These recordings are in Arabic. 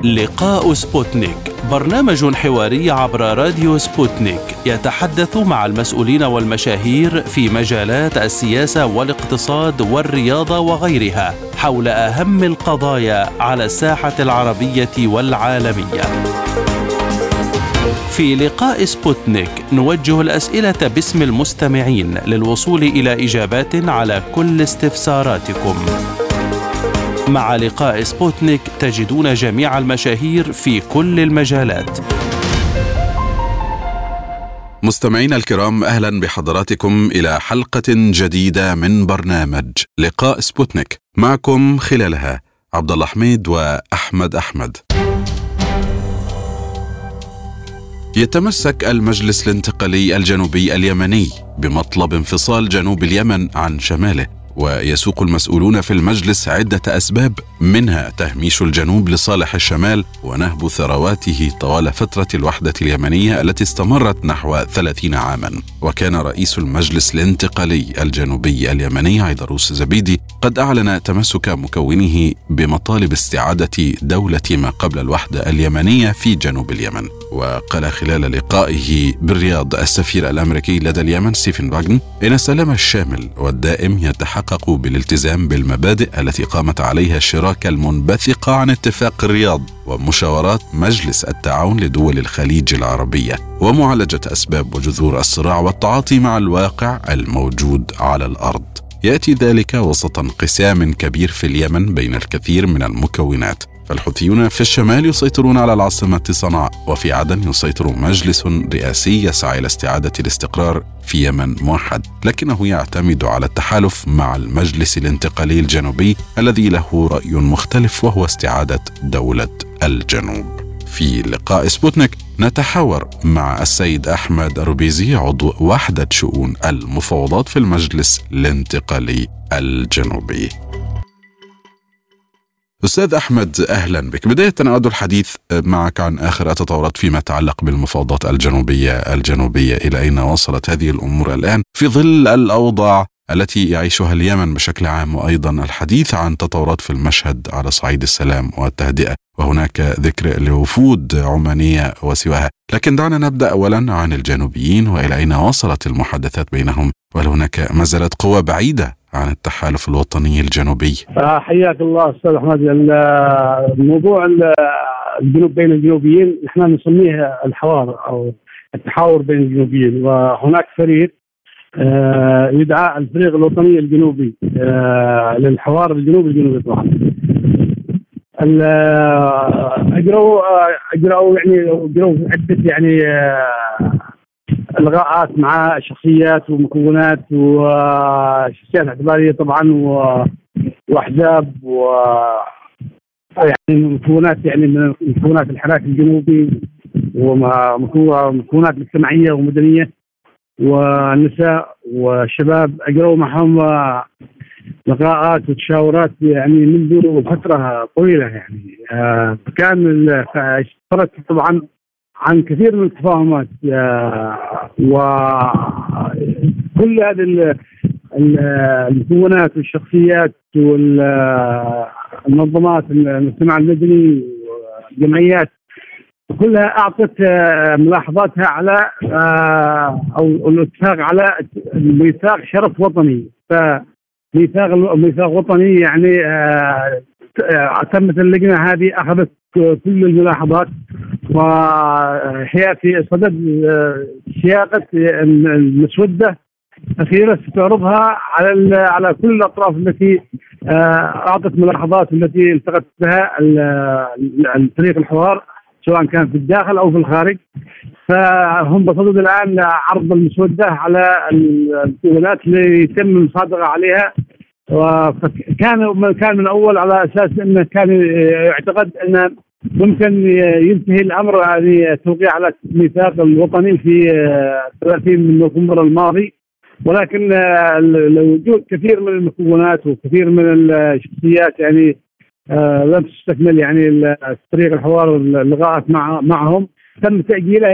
لقاء سبوتنيك، برنامج حواري عبر راديو سبوتنيك يتحدث مع المسؤولين والمشاهير في مجالات السياسة والاقتصاد والرياضة وغيرها حول أهم القضايا على الساحة العربية والعالمية. في لقاء سبوتنيك نوجه الأسئلة باسم المستمعين للوصول إلى إجابات على كل استفساراتكم. مع لقاء سبوتنيك تجدون جميع المشاهير في كل المجالات. مستمعينا الكرام، أهلا بحضراتكم إلى حلقة جديدة من برنامج لقاء سبوتنيك. معكم خلالها عبد الله حميد وأحمد أحمد. يتمسك المجلس الانتقالي الجنوبي اليمني بمطلب انفصال جنوب اليمن عن شماله، ويسوق المسؤولون في المجلس عدة أسباب، منها تهميش الجنوب لصالح الشمال ونهب ثرواته طوال فترة الوحدة اليمنية التي استمرت نحو 30 عاما. وكان رئيس المجلس الانتقالي الجنوبي اليمني عيدروس زبيدي قد أعلن تمسك مكونه بمطالب استعادة دولة ما قبل الوحدة اليمنية في جنوب اليمن. وقال خلال لقائه بالرياض السفير الأمريكي لدى اليمن ستيفن باغن إن السلام الشامل والدائم يتحقق بالالتزام بالمبادئ التي قامت عليها الشراكة المنبثقة عن اتفاق الرياض ومشاورات مجلس التعاون لدول الخليج العربية، ومعالجة أسباب وجذور الصراع والتعاطي مع الواقع الموجود على الأرض. يأتي ذلك وسط انقسام كبير في اليمن بين الكثير من المكونات، فالحوثيون في الشمال يسيطرون على العاصمة صنعاء، وفي عدن يسيطر مجلس رئاسي يسعى إلى استعادة الاستقرار في يمن موحد، لكنه يعتمد على التحالف مع المجلس الانتقالي الجنوبي الذي له رأي مختلف وهو استعادة دولة الجنوب. في لقاء سبوتنيك نتحاور مع السيد أحمد الربيزي عضو وحدة شؤون المفاوضات في المجلس الانتقالي الجنوبي. أستاذ أحمد، أهلا بك. بداية أود الحديث معك عن آخر التطورات فيما يتعلق بالمفاوضات الجنوبية. إلى أين وصلت هذه الأمور الآن في ظل الأوضاع التي يعيشها اليمن بشكل عام، وأيضا الحديث عن تطورات في المشهد على صعيد السلام والتهدئة، وهناك ذكر لوفود عمانية وسواها. لكن دعنا نبدأ أولا عن الجنوبيين وإلى أين وصلت المحادثات بينهم، وهل هناك ما زالت قوى بعيدة عن التحالف الوطني الجنوبي؟ حياك الله أستاذ أحمد. الموضوع الجنوب بين الجنوبيين نحن نسميه الحوار أو التحاور بين الجنوبيين، وهناك فريق يدعى الفريق الوطني الجنوبي للحوار الجنوبي طبعا. اجروا عده الغاءات مع شخصيات ومكونات وشخصيات اعتباريه طبعا واحزاب مكونات من مكونات الحراك الجنوبي ومكونات اجتماعيه ومدنيه والنساء والشباب. اجروا معهم لقاءات وتشاورات منذ فتره طويله. كان صارت طبعا عن كثير من التفاهمات، وكل هذه المكونات والشخصيات والمنظمات المجتمع المدني والجمعيات كلها أعطت ملاحظاتها على أو الاتفاق على ميثاق شرف وطني. ميثاق وطني تمت اللجنة هذه أخذت كل الملاحظات، وهي في صدد سياقة المسودة أخيرا ستعرضها على كل الأطراف التي أعطت ملاحظات التي التقت بها الفريق الحوار سواء كان في الداخل أو في الخارج. فهم بصدد الآن عرض المسودة على المكونات ليتم المصادقة عليها. وكان من أول على أساس أنه كان يعتقد أن ممكن ينتهي الأمر توقيع على الميثاق الوطني في 30 من نوفمبر الماضي، ولكن لوجود كثير من المكونات وكثير من الشخصيات لم تستكمل طريق الحوار اللقاءات معهم، تم تأجيلها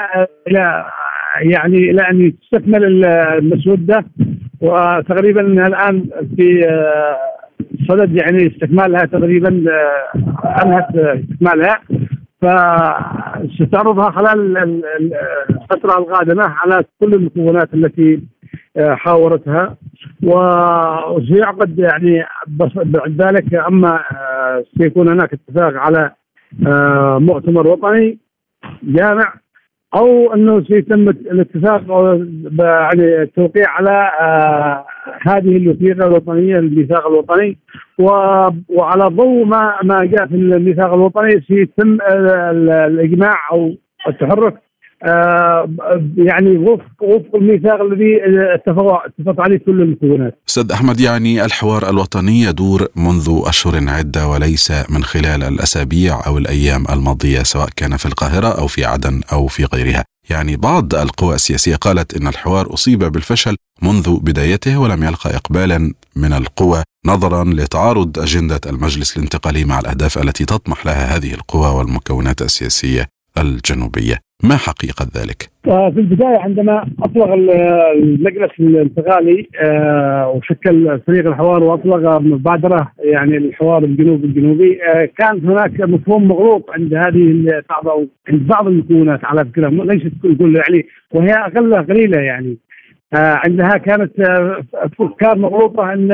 إلى أن تستكمل المسودة. وتقريبا الآن في صدد يعني استكمالها تقريبا، انهت استكمالها، فستعرضها خلال الفترة القادمة على كل المكونات التي حاورتها، وسيعقد يعني بعد ذلك، أما سيكون هناك اتفاق على مؤتمر وطني جامع، أو أنه سيتم الاتفاق يعني التوقيع على هذه الوثيقة الوطنية، الميثاق الوطني، وعلى ضوء ما جاء في الميثاق الوطني سيتم الإجماع أو التحرك يعني وفق الميثاق الذي اتفق عليه كل المكونات. أستاذ أحمد، يعني الحوار الوطني يدور منذ أشهر عدة وليس من خلال الأسابيع أو الأيام الماضية، سواء كان في القاهرة أو في عدن أو في غيرها. يعني بعض القوى السياسية قالت إن الحوار أصيب بالفشل منذ بدايته ولم يلقى إقبالا من القوى نظرا لتعارض أجندة المجلس الانتقالي مع الأهداف التي تطمح لها هذه القوى والمكونات السياسية الجنوبية. ما حقيقة ذلك؟ في البداية عندما أطلق المجلس الانتقالي وشكل فريق الحوار وأطلق مبادرة يعني الحوار الجنوبي، كان هناك مفهوم مغلوط عند بعض المكونات على فكرة، ليست كل يعني، وهي قليلة يعني. عندها كانت أفكار مغلوطة أن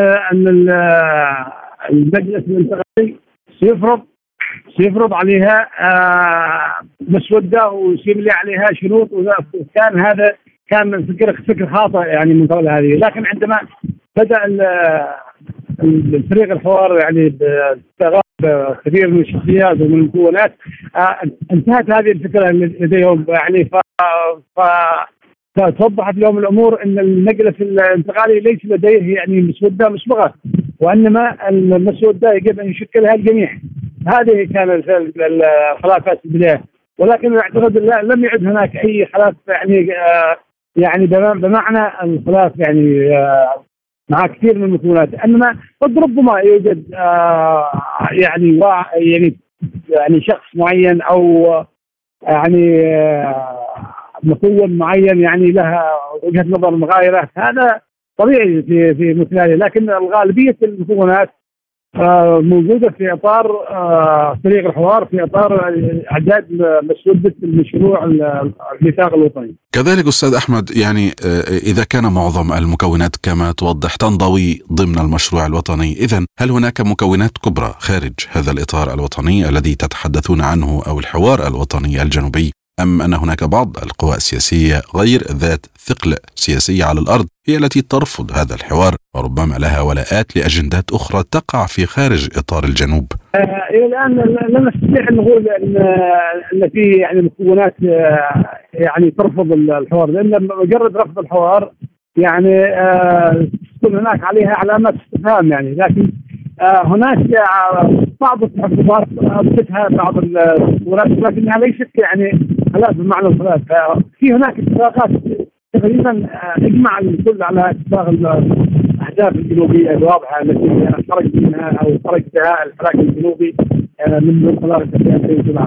المجلس الانتقالي سيفرض عليها مسودة وسيملي عليها شروط، وكان هذا كان فكر خاطئ يعني من قبل هذه. لكن عندما بدأ الفريق الحوار يعني باستغراب كثير من الشخصيات ومن المكونات، انتهت هذه الفكرة لديهم يعني، فتوضحت لهم الأمور أن المجلس الانتقالي ليس لديه يعني مسودة مسبقة، وإنما المسودة يجب أن يشكلها الجميع. هذه كان الخلافات في البداية، ولكن أعتقد لم يعد هناك أي خلاف يعني بمعنى الخلاف يعني مع كثير من المكونات، إنما قد ربما يوجد يعني شخص معين أو يعني مكون معين يعني لها وجهة نظر مغايرة، هذا طبيعي في مثل هذه، لكن الغالبية المكونات موجودة في إطار فريق الحوار، في إطار إعداد مسودة المشروع الميثاق الوطني. كذلك أستاذ أحمد، يعني إذا كان معظم المكونات كما توضح تنضوي ضمن المشروع الوطني، إذن هل هناك مكونات كبرى خارج هذا الإطار الوطني الذي تتحدثون عنه أو الحوار الوطني الجنوبي، أم أن هناك بعض القوى السياسية غير ذات ثقل سياسي على الأرض هي التي ترفض هذا الحوار وربما لها ولاءات لأجندات أخرى تقع في خارج إطار الجنوب؟ إلى الآن لا نستطيع أن نقول أن في يعني مكونات يعني ترفض الحوار، لأن مجرد رفض الحوار يعني تكون هناك عليها علامات استفهام يعني. لكن هناك بعض التحفظات أثبتها بعض المكونات، لكنها ليست يعني خلاف بمعنى الخلاف. في هناك اتفاقات تقريبا اجمع الكل على اتفاق الاهداف الجنوبيه الواضحه التي خرج منها او خرج بها الحراك الجنوبي من منطلق 2007.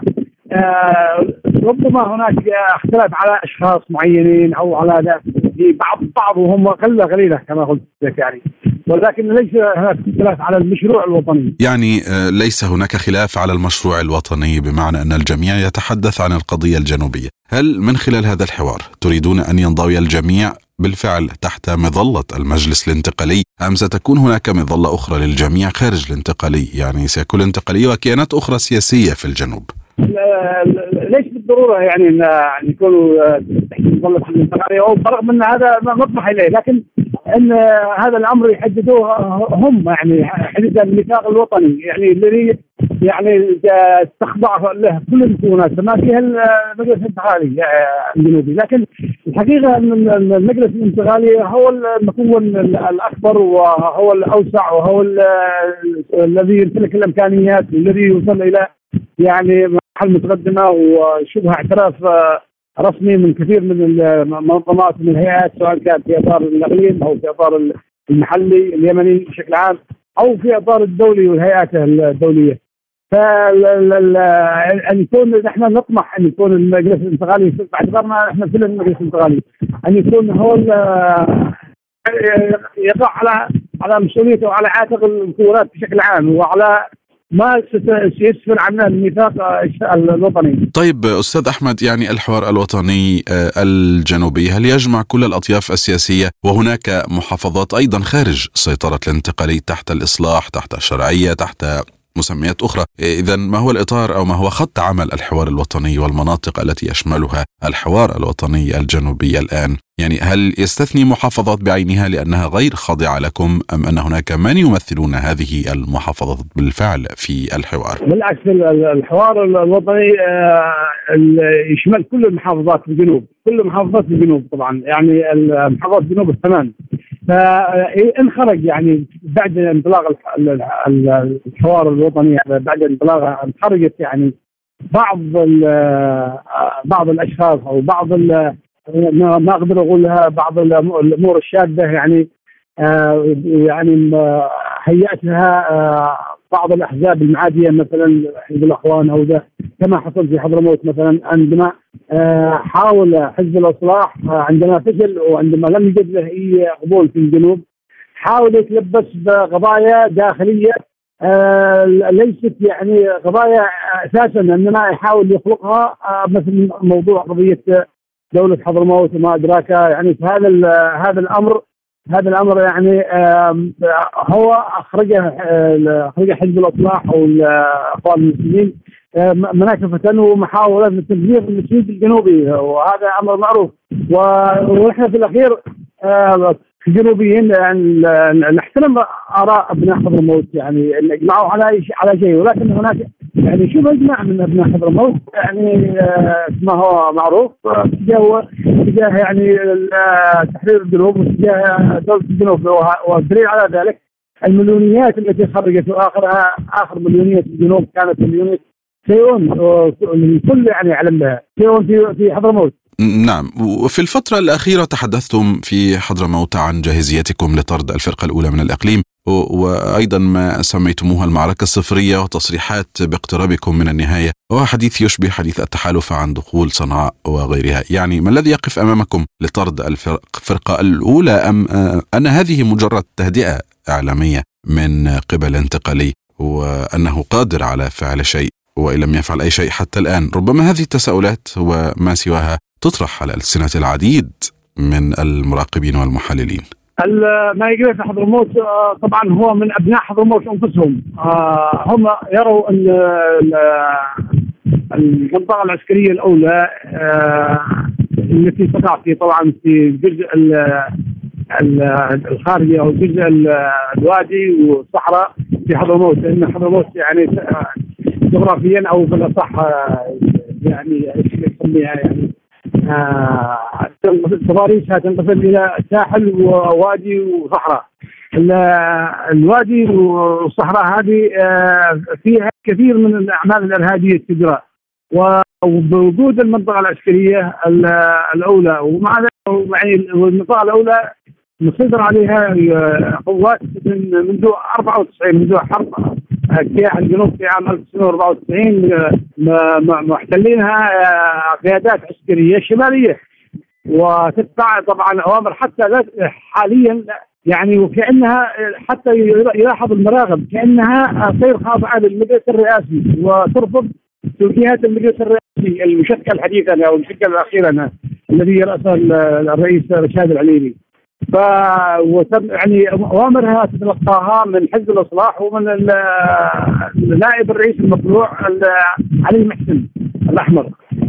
ربما هناك اختلاف على اشخاص معينين او على بعض وهم قليله كما قلت لك يعني، ولكن ليس هناك اختلاف على المشروع الوطني. يعني ليس هناك خلاف على المشروع الوطني، بمعنى أن الجميع يتحدث عن القضية الجنوبية. هل من خلال هذا الحوار تريدون أن ينضوي الجميع بالفعل تحت مظلة المجلس الانتقالي، أم ستكون هناك مظلة أخرى للجميع خارج الانتقالي؟ يعني سيكون الانتقالي وكيانات أخرى سياسية في الجنوب. ليس بالضرورة يعني أن يكونوا تحت مظلة الانتقالية، وبرغم أن هذا نطمح إليه، لكن أن هذا الأمر يحددوه هم يعني حدد الميثاق الوطني يعني الذي يعني تخضع له كل المكونات بما فيها المجلس الانتقالي الجنوبي. لكن الحقيقة أن المجلس الانتقالي هو المكون الأكبر وهو الأوسع وهو الذي يمتلك الإمكانيات والذي يوصل إلى يعني مرحلة متقدمة وشبه اعتراف رسمي من كثير من المنظمات ومن الهيئات، سواء كان في اطار الاقليم او في اطار المحلي اليمني بشكل عام او في اطار الدولي والهيئات الدوليه. ان يكون نحن نطمح ان يكون المجلس الانتقالي باعتبارنا احنا كل المجلس الانتقالي ان يكون هو يقع على مسؤوليته وعلى عاتق القوات بشكل عام وعلى ما سيسفر عنه الميثاق الوطني. طيب أستاذ أحمد، يعني الحوار الوطني الجنوبي هل يجمع كل الأطياف السياسية، وهناك محافظات أيضا خارج سيطرة الانتقالي تحت الإصلاح، تحت الشرعية، تحت مسميات أخرى؟ إذن ما هو الإطار أو ما هو خط عمل الحوار الوطني والمناطق التي يشملها الحوار الوطني الجنوبي الآن؟ يعني هل يستثني محافظات بعينها لأنها غير خاضعة لكم، أم أن هناك من يمثلون هذه المحافظات بالفعل في الحوار؟ بالعكس، الحوار الوطني يشمل كل المحافظات في الجنوب، كل محافظات الجنوب طبعا، يعني المحافظات الجنوب الثمان. فإن خرج يعني بعد انطلاق الحوار الوطني، بعد انطلاق خرجت يعني بعض الأشخاص أو بعض ما أقدر أقولها بعض الأمور الشاذة، يعني هيأت لها بعض الأحزاب المعادية، مثلا حزب الأخوان أو ده، كما حصل في حضرموت مثلا عندما حاول حزب الإصلاح عندما فشل وعندما لم يجد له أي قبول في الجنوب، حاول يتلبس بقضايا داخلية ليست يعني قضايا أساسا، إنما يحاول يخلقها مثل موضوع قضية دولة حضرموت وما أدراك. يعني في هذا الأمر يعني هو أخرجه حزب الإصلاح أو الأخوان المسلمين مناكفة ومحاولة لتمزيق المسجد الجنوبي، وهذا أمر معروف. ونحن في الأخير الجنوبيين يعني نحترم آراء أبناء حضرموت، يعني نجمعوا على شيء، ولكن هناك يعني شو مجمع من أبناء حضرموت يعني ما هو معروف تجاه يعني تحرير الجنوب وتجاه دولة الجنوب، والدليل على ذلك المليونيات التي خرجت، آخر مليونية الجنوب كانت مليونية سيئون، الكل يعني يعلم بها، سيئون في حضرموت. نعم. وفي الفترة الأخيرة تحدثتم في حضرموت عن جاهزيتكم لطرد الفرقة الأولى من الإقليم، وأيضا ما سميتموها المعركة الصفرية، وتصريحات باقترابكم من النهاية، وحديث يشبه حديث التحالف عن دخول صنعاء وغيرها. يعني ما الذي يقف أمامكم لطرد الفرقة الأولى، أم أن هذه مجرد تهدئة إعلامية من قبل انتقالي وأنه قادر على فعل شيء وإن لم يفعل أي شيء حتى الآن؟ ربما هذه التساؤلات وما سواها تطرح على ألسنة العديد من المراقبين والمحللين. ما يجري في حضرموت طبعا هو من أبناء حضرموت أنفسهم، هم يروا أن المنطقة العسكرية الأولى التي تقع في طبعا في الجزء الخارجي أو الجزء الوادي والصحراء في حضرموت، لأن حضرموت يعني جغرافيا أو بالأصح يعني ايش نسميها يعني تضاريسها تنقسم إلى ساحل ووادي وصحراء. الوادي والصحراء هذه فيها كثير من الأعمال الإرهابية تجرى، وبوجود المنطقة العسكرية الأولى ومع ذلك يعني المنطقة الأولى مسيطر عليها قوات منذ 94، منذ حرب اجتياح الجنوب في عام 1994 محتلينها قيادات عسكرية شمالية، وتتبع طبعا أوامر حتى حاليا يعني، وكأنها حتى يلاحظ المراقب كأنها غير خاضعة للمجلس الرئاسي وترفض توجيهات المجلس الرئاسي المشكل حديثا أو المشكل أخيرا الذي يرأسه الرئيس رشاد العليمي. يعني أوامرها تتلقاها من حزب الإصلاح ومن نائب الرئيس المطلوع علي المحسن الأحمر.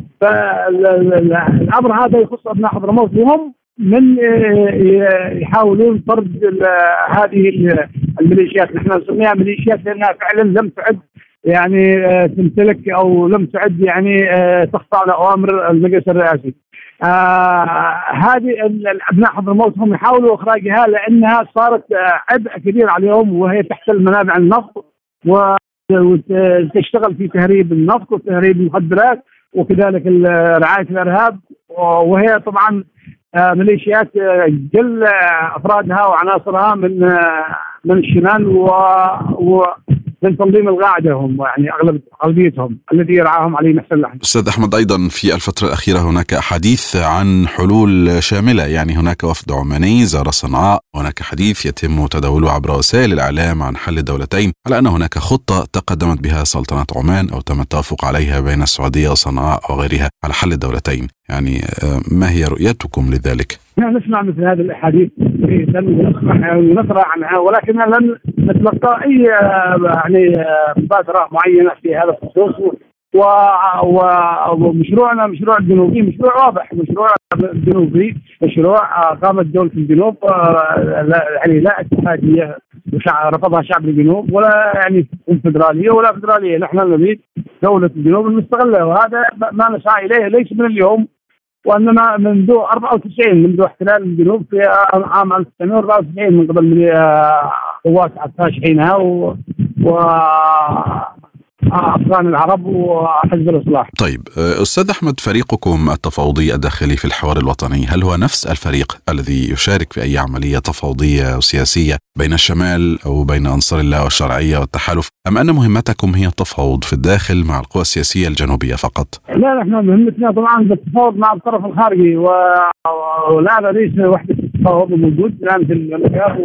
فالأمر هذا يخص أبناء حضرموت، وهم من يحاولون طرد هذه الميليشيات. نحن نسميها ميليشيات لأنها فعلا لم تعد يعني تمتلك أو لم تعد يعني تخضع لأوامر المجلس الرئاسي. هذه الأبناء حضرموت هم يحاولوا إخراجها لأنها صارت عبء كبير عليهم، وهي تحتل منابع النفط وتشتغل في تهريب النفط وتهريب المخدرات وكذلك رعاية الإرهاب، وهي طبعا ميليشيات جل أفرادها وعناصرها من الشمال من تنظيم القاعدة، هم يعني أغلبيتهم الذي يرعاهم علي مسلح. أستاذ أحمد، أيضا في الفترة الأخيرة هناك حديث عن حلول شاملة، يعني هناك وفد عماني زار صنعاء، هناك حديث يتم تداوله عبر وسائل الإعلام عن حل الدولتين، على أن هناك خطة تقدمت بها سلطنة عمان أو تم التوافق عليها بين السعودية وصنعاء وغيرها على حل الدولتين، يعني ما هي رؤيتكم لذلك؟ نسمع مثل هذه الأحاديث، نسمع عنها، ولكن لم نتلقى أي يعني مبادرة معينة في هذا الخصوص. ومشروعنا مشروع الجنوبي مشروع واضح، مشروع الجنوبي مشروع قامت دولة الجنوب يعني لا اتحادية رفضها شعب الجنوب، ولا يعني فدرالية ولا فدرالية. نحن نريد دولة الجنوب المستقلة، وهذا ما نسعى إليه ليس من اليوم، وانما منذ 94 منذ احتلال الجنوب في عام 1994 من قبل قوات عساش حينها وأفغان العرب وحزب الإصلاح. طيب أستاذ أحمد، فريقكم التفاوضي الداخلي في الحوار الوطني هل هو نفس الفريق الذي يشارك في أي عملية تفاوضية أو سياسية بين الشمال أو بين أنصار الله والشرعية والتحالف، أم أن مهمتكم هي التفاوض في الداخل مع القوى السياسية الجنوبية فقط؟ لا، نحن مهمتنا طبعا بالتفاوض مع الطرف الخارجي، ولا رئيس وحدة التفاوض موجود الآن في المملكة،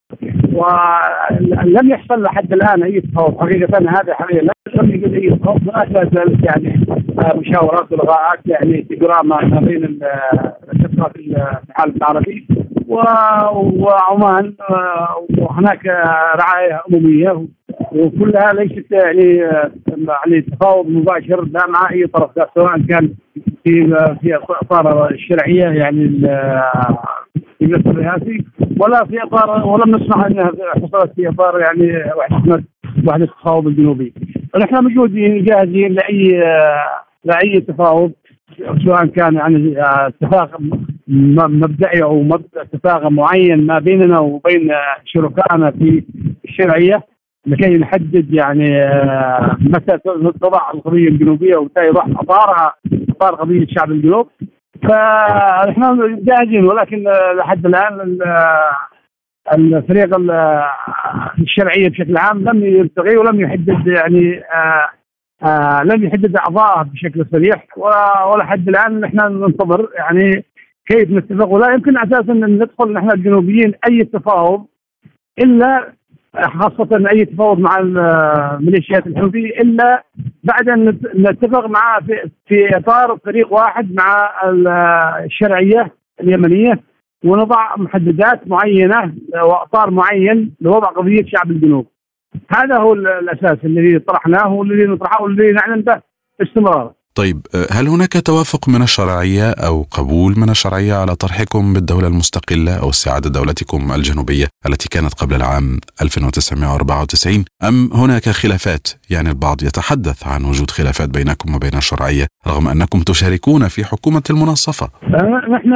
ولم يحصل لحد الآن أي تفاوض حقيقة. هذا حقيقة لم يوجد أي تفاوض، يعني مشاورات ولقاءات يعني تجرى ما بين الأطراف الاتحاد العربي وعمان، وهناك رعاية عمومية، وكلها ليست يعني تفاوض مباشر لا مع أي طرف، سواء كان في إطار الشرعية يعني المجلس الرئاسي، ولا في إطار، ولم نسمع أنها حصلت في إطار يعني وحدة التفاوض الجنوبي. نحن موجودين جاهزين لأي تفاوض، سواء كان يعني اتفاق مبدئي أو اتفاق معين ما بيننا وبين شركائنا في الشرعية، لكي نحدد يعني متى تضع القضية الجنوبية ومتى يضع أطار قضية الشعب الجنوب. فنحن جاهزين، ولكن لحد الآن الفريق الشرعية بشكل عام لم يلتغي ولم يحدد يعني لم يحدد أعضاءه بشكل صريح، ولحد الآن نحن ننتظر يعني كيف نتفق. ولا يمكن أساسا أن ندخل نحن الجنوبيين أي تفاوض، إلا خاصة أي تفاوض مع الميليشيات الحوثية، إلا بعد أن نتفق مع في إطار فريق واحد مع الشرعية اليمنية، ونضع محددات معينة وأطار معين لوضع قضية شعب الجنوب. هذا هو الأساس الذي طرحناه والذي نطرحه والذي نعلن به باستمرار. طيب، هل هناك توافق من الشرعية أو قبول من الشرعية على طرحكم بالدولة المستقلة أو استعادة دولتكم الجنوبية التي كانت قبل العام 1994، أم هناك خلافات؟ يعني البعض يتحدث عن وجود خلافات بينكم وبين الشرعية رغم أنكم تشاركون في حكومة المناصفة. نحن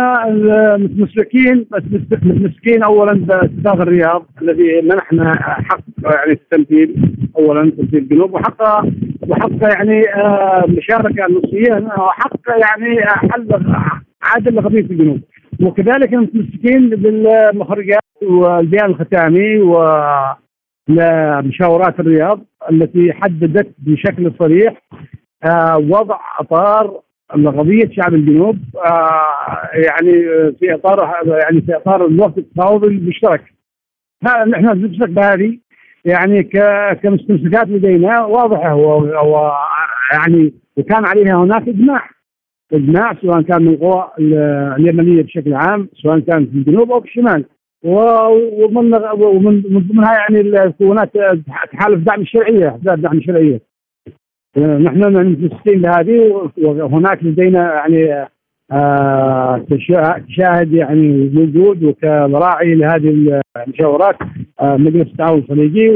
متمسكين أولا باتفاق الرياض الذي منحنا حق يعني التمثيل، أولا تمثيل الجنوب، وحق يعني مشاركة نصية، وحق يعني حل عادل لقضية الجنوب. وكذلك متمسكين بالمخرجات والبيان الختامي ولمشاورات الرياض التي حددت بشكل صريح وضع أطار قضية شعب الجنوب يعني في إطار الوفد التفاوضي المشترك. نحن نمسك بهذه يعني كمستمسكات لدينا واضحة، يعني وكان عليها هناك إجماع سواء كان من القوى اليمنية بشكل عام، سواء كان في الجنوب أو في الشمال، ومن ضمنها يعني الكونات تحالف دعم الشرعية، أحزاب دعم الشرعية. نحن متمسكين بهذه، وهناك لدينا يعني شاهد يعني موجود وكراعي لهذه المشاورات مجلس التعاون الخليجي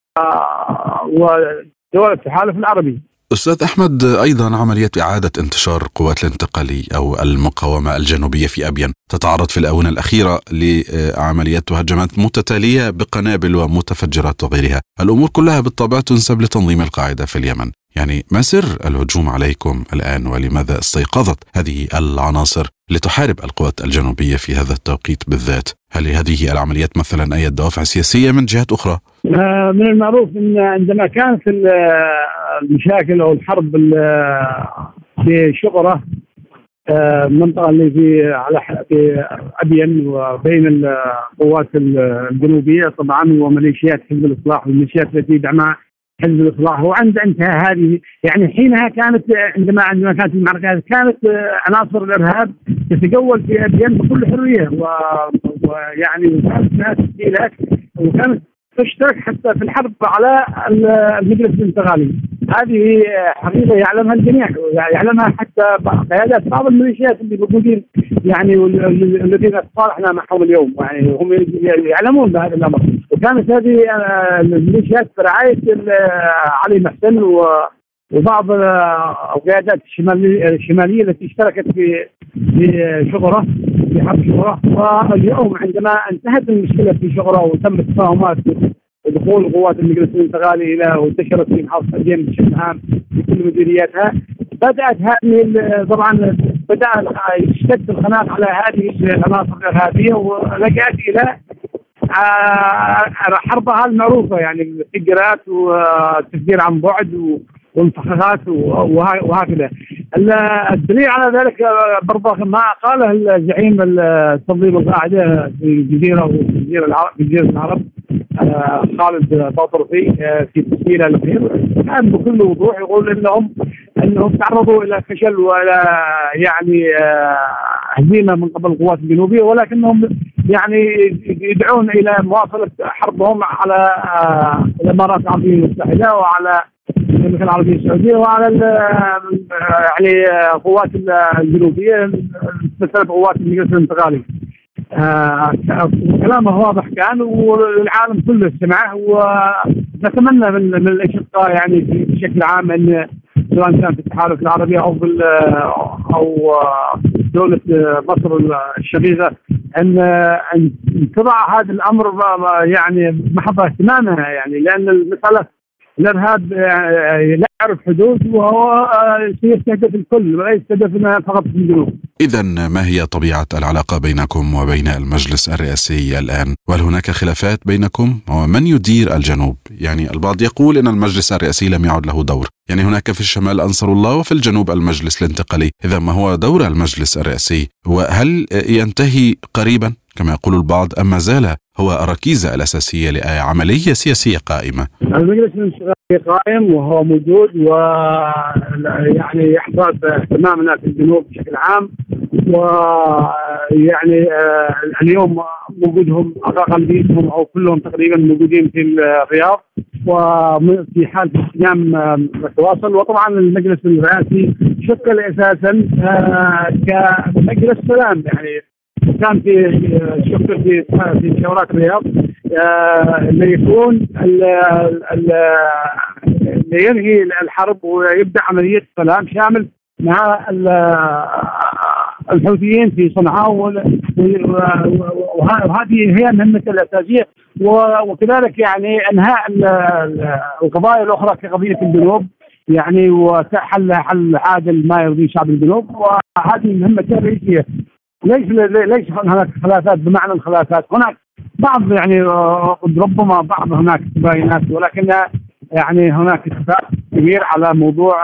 ودول التحالف العربي. أستاذ أحمد، أيضا عملية إعادة انتشار قوات الانتقالي أو المقاومة الجنوبية في أبين تتعرض في الآونة الأخيرة لعمليات وهجمات متتالية بقنابل ومتفجرات وغيرها. الأمور كلها بالطبع تنسب لتنظيم القاعدة في اليمن. يعني ما سر الهجوم عليكم الآن، ولماذا استيقظت هذه العناصر لتحارب القوات الجنوبية في هذا التوقيت بالذات؟ هل هذه العمليات مثلا أي دوافع سياسية من جهات أخرى؟ من المعروف أن عندما كانت المشاكل أو الحرب في شقرة، المنطقة اللي في أبين وبين القوات الجنوبية طبعا وميليشيات حزب الإصلاح والميليشيات التي دعمها حزب الإصلاح، وعند انتهاء هذه يعني حينها كانت عندما كانت المعركة كانت عناصر الإرهاب تتجول في أبين بكل حرية، ويعني كانت لها تسجيلات وكانت تشترك حتى في الحرب على المجلس الانتقالي. هذه حقيقة يعلمها الجميع، يعلمها حتى قيادات بعض الميليشيات اللي موجودين يعني الذين تصالحنا معهم اليوم، يعني هم يعلمون بهذا الأمر. وكانت هذه الميليشيات برعاية علي محسن وبعض القيادات الشمالية التي اشتركت في شقرة، في حرب شقرة. واليوم عندما انتهت المشكلة في شقرة وتم التفاهمات ودخول قوات المجلس الانتقالي إلى وانتشرت في محافظة أبين بشكل عام في كل مديرياتها، بدأت هذه طبعا بدأ يشتد الخناق على هذه العناصر الإرهابية ولجأت إلى حربها المعروفة، يعني التفجيرات والتفجير عن بعد والمفخخات وهكذا. الدليل على ذلك برضه ما قاله الزعيم تنظيم القاعدة في الجزيرة وفي جزيرة العرب خالد باطرفي في تسجيله الأخير، كان بكل وضوح يقول انهم تعرضوا الى فشل والى يعني هزيمه من قبل القوات الجنوبيه، ولكنهم يعني يدعون الى مواصله حربهم على الامارات العربيه المتحده وعلى المملكه العربيه السعوديه وعلى يعني قوات الجنوبيه مثل قوات المجلس الانتقالي. كلامه واضح كان والعالم كله سمعه، ونتمنى من الاشقاء يعني بشكل عام ان سواء كان في التحالف العربي او دولة مصر الشقيقة ان تضع هذا الامر يعني محض اهتمامها، يعني لان المسألة الارهاب لا يعرف حدود وهو سيستهدف الكل ولا يستهدف فقط في الجنوب. إذن ما هي طبيعة العلاقة بينكم وبين المجلس الرئاسي الآن؟ وهل هناك خلافات بينكم؟ ومن يدير الجنوب؟ يعني البعض يقول إن المجلس الرئاسي لم يعد له دور، يعني هناك في الشمال أنصار الله وفي الجنوب المجلس الانتقالي. إذا ما هو دور المجلس الرئاسي؟ وهل ينتهي قريبا كما يقول البعض أم ما زال هو الركيزة الأساسية لعملية سياسية قائمة؟ المجلس الانتقالي قائم وهو موجود ويعني يحظى باهتمامنا في الجنوب بشكل عام، ويعني اليوم وجودهم أغلبيتهم أو كلهم تقريبا موجودين في الرياض وفي حال استخدام متواصل. وطبعا المجلس الرئاسي شكل أساسا كمجلس سلام، يعني كان في شكل في شورات الرياض اللي يكون اللي ينهي الحرب ويبدأ عملية سلام شامل مع الحوثيين في صنعاء، وهذه هي مهمته الأساسية، وكذلك يعني إنهاء القضايا الأخرى كقضية الجنوب يعني وحل عادل ما يرضي شعب الجنوب، وهذه مهمته الرئيسية. ليس هناك خلافات بمعنى الخلافات، هناك بعض يعني ربما بعض هناك تباينات، ولكن يعني هناك اتفاق كبير على موضوع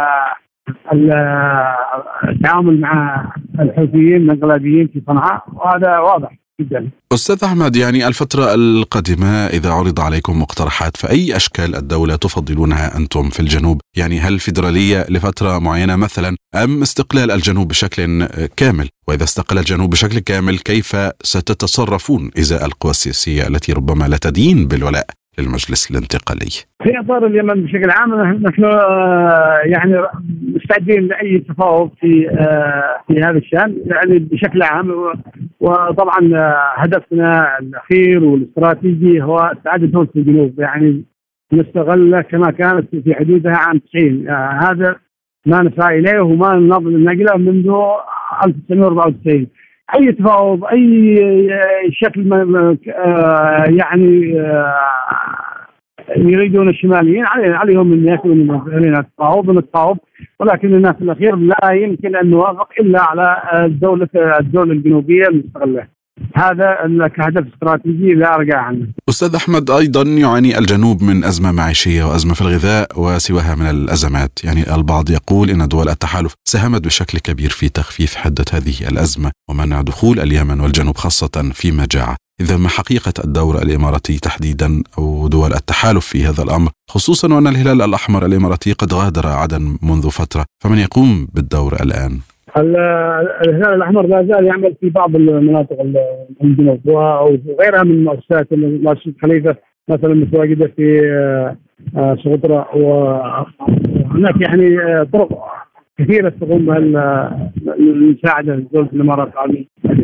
التعامل مع الحوثيين الانقلابيين في صنعاء، وهذا واضح جدا. أستاذ أحمد، يعني الفترة القادمة إذا عرض عليكم مقترحات فأي أشكال الدولة تفضلونها أنتم في الجنوب؟ يعني هل فيدرالية لفترة معينة مثلا أم استقلال الجنوب بشكل كامل؟ وإذا استقل الجنوب بشكل كامل كيف ستتصرفون إزاء القوى السياسية التي ربما لا تدين بالولاء للمجلس الانتقالي؟ في إطار اليمن بشكل عام نحن يعني مستعدين لأي تفاوض في هذا الشأن يعني بشكل عام، وطبعا هدفنا الأخير والاستراتيجي هو سعادة دولة الجنوب، يعني نستغل كما كانت في حدودها عام 90. هذا ما نسعى إليه وما نجله منذ 1994. أي تفاوض أي شكل يعني يريدون الشماليين عليهم ان يكونوا نتفاوض، ولكننا في الاخير لا يمكن ان نوافق الا على الدوله الجنوبيه المستقله. هذا كهدف استراتيجي لا رجع عنه. أستاذ أحمد، أيضا يعاني الجنوب من أزمة معيشية وأزمة في الغذاء وسواها من الأزمات. يعني البعض يقول إن دول التحالف ساهمت بشكل كبير في تخفيف حدة هذه الأزمة ومنع دخول اليمن والجنوب خاصة في مجاعة. إذا ما حقيقة الدور الإماراتي تحديدا أو دول التحالف في هذا الأمر، خصوصا وأن الهلال الأحمر الإماراتي قد غادر عدن منذ فترة، فمن يقوم بالدور الآن؟ الهلال الأحمر لا زال يعمل في بعض المناطق الجنوب وغيرها من مؤسسات مؤسسة خليفة مثلا متواجدة في سقطرى، وهناك يعني طرق كثيرة تقوم بالمساعدة دولة الإمارات العربية.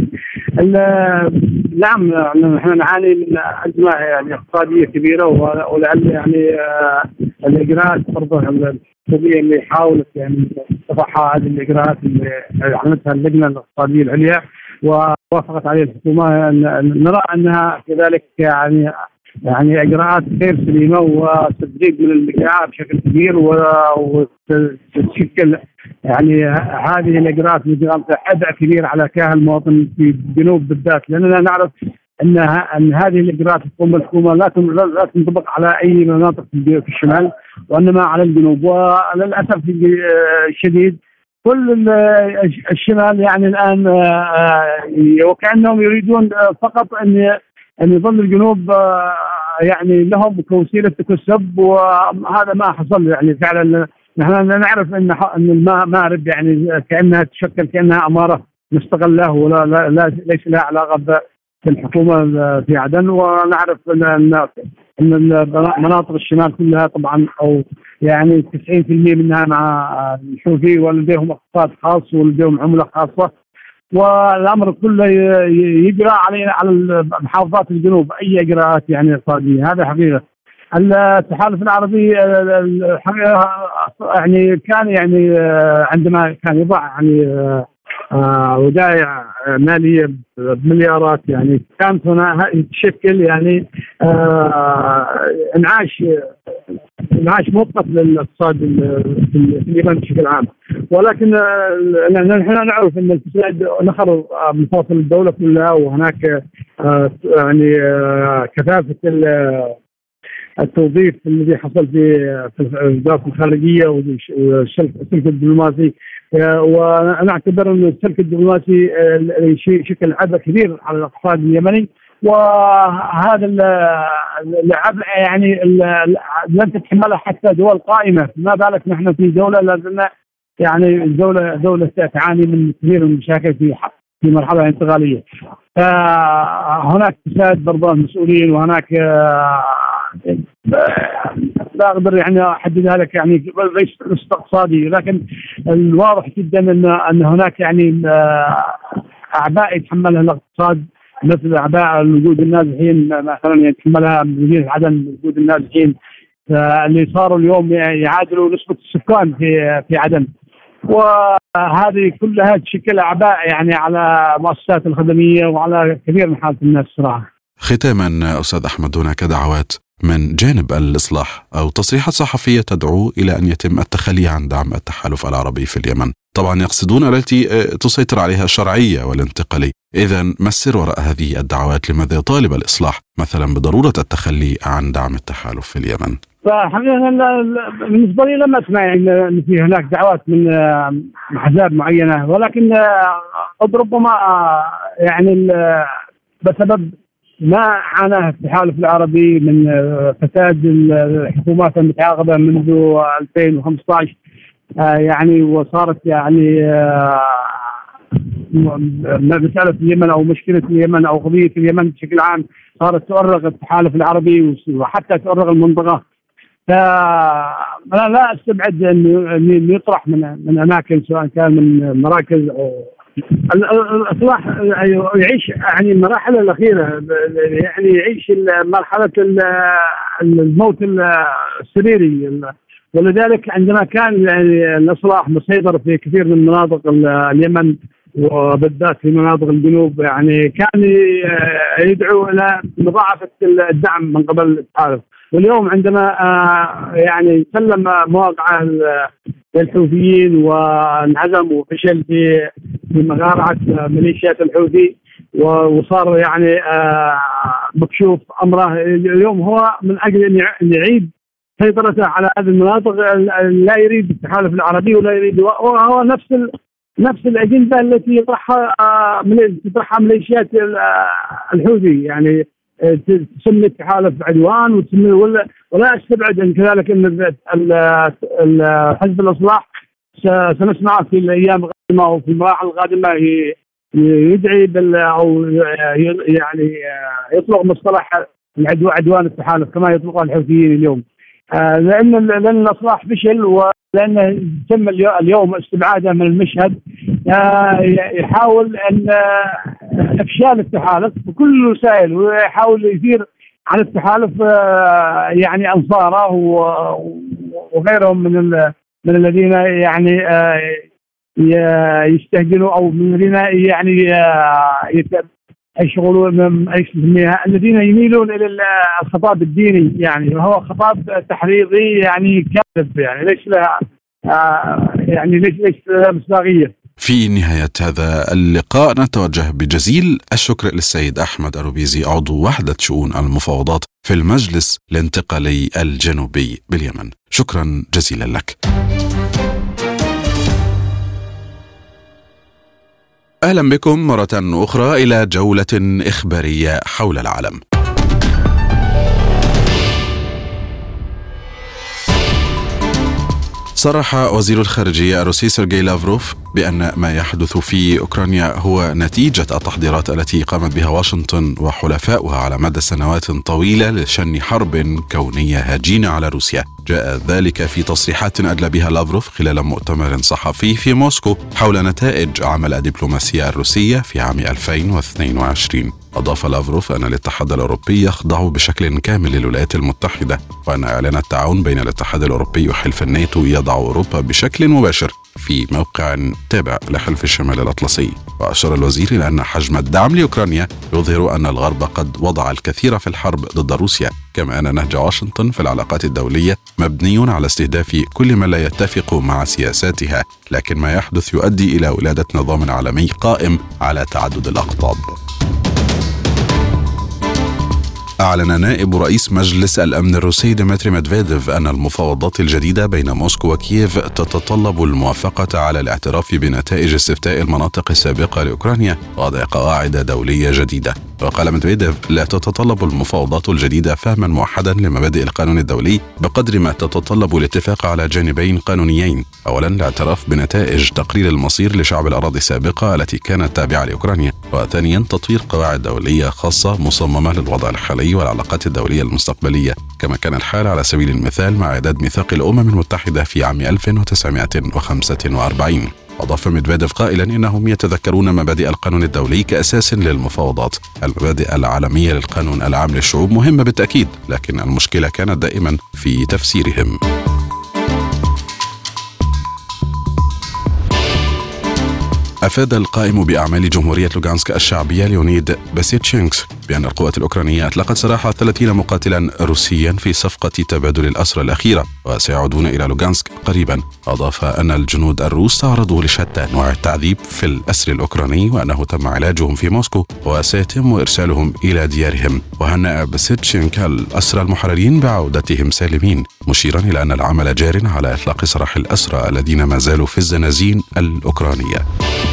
نعم نحن نعاني من أزمة يعني اقتصادية كبيرة، ولعل يعني الإجراءات برضه السعودية اللي حاولت يعني تضعها هذه الإجراءات اللي عملتها اللجنة الاقتصادية العليا ووافقت عليها الحكومة، نرى أنها كذلك يعني إجراءات غير سليمة وتزيد من المجاعة بشكل كبير وتشكل يعني هذه الإجراءات عبء كبير على كاهل المواطن في الجنوب بالذات، لأننا نعرف أن هذه الإجراءات الحكومة لا تنطبق على أي مناطق في الشمال وإنما على الجنوب. وللأسف الشديد كل الشمال يعني الآن وكأنهم يريدون فقط أن يظل الجنوب يعني لهم كوسيلة تكسب، وهذا ما حصل. يعني فعلا نحن نعرف أن المأرب يعني كأنها تشكل كأنها أمارة مستقلة ولا ليس لها علاقة بالحكومة في عدن، ونعرف أن مناطق الشمال كلها طبعا أو يعني 90% منها مع الحوثي ولديهم اقتصاد خاص ولديهم عملة خاصة، والأمر كله يجرى على محافظات الجنوب أي إجراءات يعني اقتصادية. هذا حقيقة. التحالف العربي يعني كان يعني عندما كان يضع يعني ودائع مالية بمليارات، يعني كانت هنا تشكل يعني انعاش مؤقت للاقتصاد في اليمن بشكل عام، ولكن نحن نعرف ان الفساد نخر مفاصل الدولة كلها، وهناك يعني كثافة التوظيف الذي حصل في وزارة الخارجية والسلك الدبلوماسي، ونعتبر أن السلك الدبلوماسي شكل عبء كبير على الاقتصاد اليمني، وهذا العبء يعني لن تتحمله حتى دول قائمة، ما بالك نحن في دولة لازلنا يعني دولة تعاني من كثير من المشاكل في مرحلة انتقالية. هناك فساد برضه المسؤولين، وهناك لا أقدر يعني أحددها لك يعني ليس اقتصادي، لكن الواضح جدا أن هناك يعني أعباء يتحملها الاقتصاد، مثل أعباء وجود النازحين مثلا يتحملها مدينة عدن، وجود النازحين اللي صاروا اليوم يعادلوا نسبة السكان في عدن، وهذه كلها تشكل أعباء يعني على مؤسسات الخدمية وعلى كثير من حالة الناس صراحة. ختاما أستاذ أحمد، هناك دعوات من جانب الإصلاح أو تصريحات صحفية تدعو إلى أن يتم التخلي عن دعم التحالف العربي في اليمن، طبعا يقصدون التي تسيطر عليها الشرعية والانتقالي. إذن ما السر وراء هذه الدعوات؟ لماذا يطالب الإصلاح مثلا بضرورة التخلي عن دعم التحالف في اليمن؟ فحقيقة بالنسبة لي لم أسمع أن في هناك دعوات من أحزاب معينة، ولكن قد ربما يعني بسبب ما عاناه التحالف العربي من فساد الحكومات المتعاقبة منذ 2015 يعني، وصارت يعني مسألة اليمن أو مشكلة اليمن أو قضية اليمن بشكل عام صارت تؤرق التحالف العربي وحتى تؤرق المنطقة. فأنا لا أستبعد أن يطرح من أماكن سواء كان من مراكز أو الإصلاح يعيش يعني المراحل الأخيرة، يعني يعيش مرحلة الموت السريري، ولذلك عندما كان يعني الإصلاح مسيطر في كثير من مناطق اليمن وبالذات في مناطق الجنوب، يعني كان يدعو إلى مضاعفة الدعم من قبل التحالف، واليوم عندما يعني سلم مواقعه للحوثيين وانهزم وفشل في مغارعة ميليشيات الحوثي وصار يعني مكشوف أمره اليوم، هو من أجل أن يعيد سيطرته على هذه المناطق لا يريد التحالف العربي ولا يريد، وهو نفس الأجندة التي يطرحها ميليشيات الحوثي، يعني تسمي التحالف عدوان وتسمي ولا استبعد ان كذلك ان حزب الاصلاح سنسمع في الايام القادمه وفي المراحل القادمه يدعي او يعني يطلق مصطلح عدوان التحالف كما يطلقه الحوثيين اليوم، لان الاصلاح فشل ولانه تم اليوم استبعاده من المشهد. يحاول ان افشال التحالف بكل الوسائل ويحاول يثير على التحالف يعني انصاره وغيرهم من الذين يعني يستهجنوا او من الذين يعني يشغلون الذين يميلون الى الخطاب الديني، يعني وهو خطاب تحريضي يعني كاذب، يعني ليس لها يعني ليس لها مصداقيه. في نهاية هذا اللقاء نتوجه بجزيل الشكر للسيد أحمد أروبيزي عضو وحدة شؤون المفاوضات في المجلس الانتقالي الجنوبي باليمن. شكرا جزيلا لك. أهلا بكم مرة أخرى إلى جولة إخبارية حول العالم. صرح وزير الخارجية الروسي سيرجي لافروف بأن ما يحدث في أوكرانيا هو نتيجة التحضيرات التي قامت بها واشنطن وحلفاؤها على مدى سنوات طويلة لشن حرب كونية هجينة على روسيا. جاء ذلك في تصريحات أدلى بها لافروف خلال مؤتمر صحفي في موسكو حول نتائج عمل الدبلوماسية الروسية في عام 2022. أضاف لافروف أن الاتحاد الأوروبي يخضع بشكل كامل للولايات المتحدة، وأن إعلان التعاون بين الاتحاد الأوروبي وحلف الناتو يضع أوروبا بشكل مباشر في موقع تابع لحلف الشمال الأطلسي. وأشار الوزير إلى أن حجم الدعم لأوكرانيا يظهر أن الغرب قد وضع الكثير في الحرب ضد روسيا، كما أن نهج واشنطن في العلاقات الدولية مبني على استهداف كل من لا يتفق مع سياساتها، لكن ما يحدث يؤدي إلى ولادة نظام عالمي قائم على تعدد الأقطاب. أعلن نائب رئيس مجلس الأمن الروسي ديمتري ميدفيديف أن المفاوضات الجديدة بين موسكو وكييف تتطلب الموافقة على الاعتراف بنتائج استفتاء المناطق السابقة لأوكرانيا ووضع قواعد دولية جديدة. وقال ميدفيديف: لا تتطلب المفاوضات الجديدة فهما موحدا لمبادئ القانون الدولي بقدر ما تتطلب الاتفاق على جانبين قانونيين. أولا، الاعتراف بنتائج تقرير المصير لشعب الأراضي السابقة التي كانت تابعة لأوكرانيا. وثانيا، تطوير قواعد دولية خاصة مصممة للوضع الحالي والعلاقات الدولية المستقبلية، كما كان الحال على سبيل المثال مع إعداد ميثاق الأمم المتحدة في عام 1945. أضاف ميدفيديف قائلا إنهم يتذكرون مبادئ القانون الدولي كأساس للمفاوضات. المبادئ العالمية للقانون العام للشعوب مهمة بالتأكيد، لكن المشكلة كانت دائما في تفسيرهم. أفاد القائم بأعمال جمهورية لوغانسك الشعبية ليونيد باسيتشينكس بأن القوات الأوكرانية أطلقت سراح 30 مقاتلا روسيا في صفقة تبادل الأسرى الأخيرة وسيعودون إلى لوغانسك قريبا. أضاف أن الجنود الروس تعرضوا لشتى أنواع التعذيب في الأسر الأوكراني وأنه تم علاجهم في موسكو وسيتم إرسالهم إلى ديارهم. وهنأ باسيتشينك الأسرى المحررين بعودتهم سالمين، مشيرا إلى أن العمل جار على إطلاق سراح الأسرى الذين ما زالوا في الزنازين الأوكرانية.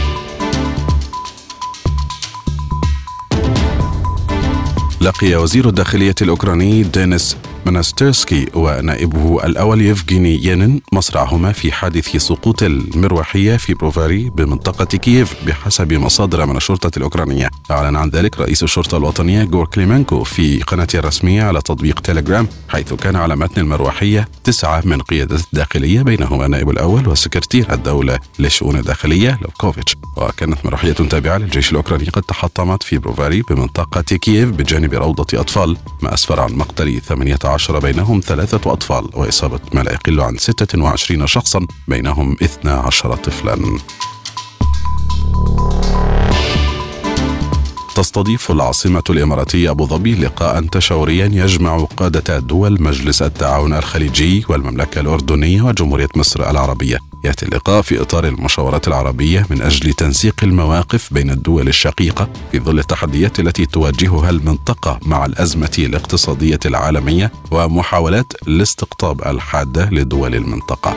لقي وزير الداخلية الأوكراني دينيس منستيرسكي ونائبه الأول يفغيني يانين مصرعهما في حادث سقوط المروحية في بروفاري بمنطقة كييف بحسب مصادر من الشرطة الأوكرانية. أعلن عن ذلك رئيس الشرطة الوطنية غور كليمنكو في قناته الرسمية على تطبيق تيليجرام، حيث كان على متن المروحية 9 من قيادة الداخلية بينهما النائب الأول وسكرتير الدولة للشؤون الداخلية لوكوفيتش. وكانت مروحية تابعة للجيش الأوكراني قد تحطمت في بروفاري بمنطقة كييف بجانب روضة أطفال، ما أسفر عن مقتل 18 بينهم 3 أطفال وإصابة ما لا يقل عن 26 شخصا بينهم 12 طفلا. تستضيف العاصمة الإماراتية أبو ظبي لقاء تشاوريا يجمع قادة دول مجلس التعاون الخليجي والمملكة الأردنية وجمهورية مصر العربية. يأتي اللقاء في إطار المشاورات العربية من أجل تنسيق المواقف بين الدول الشقيقة في ظل التحديات التي تواجهها المنطقة مع الأزمة الاقتصادية العالمية ومحاولات الاستقطاب الحادة لدول المنطقة.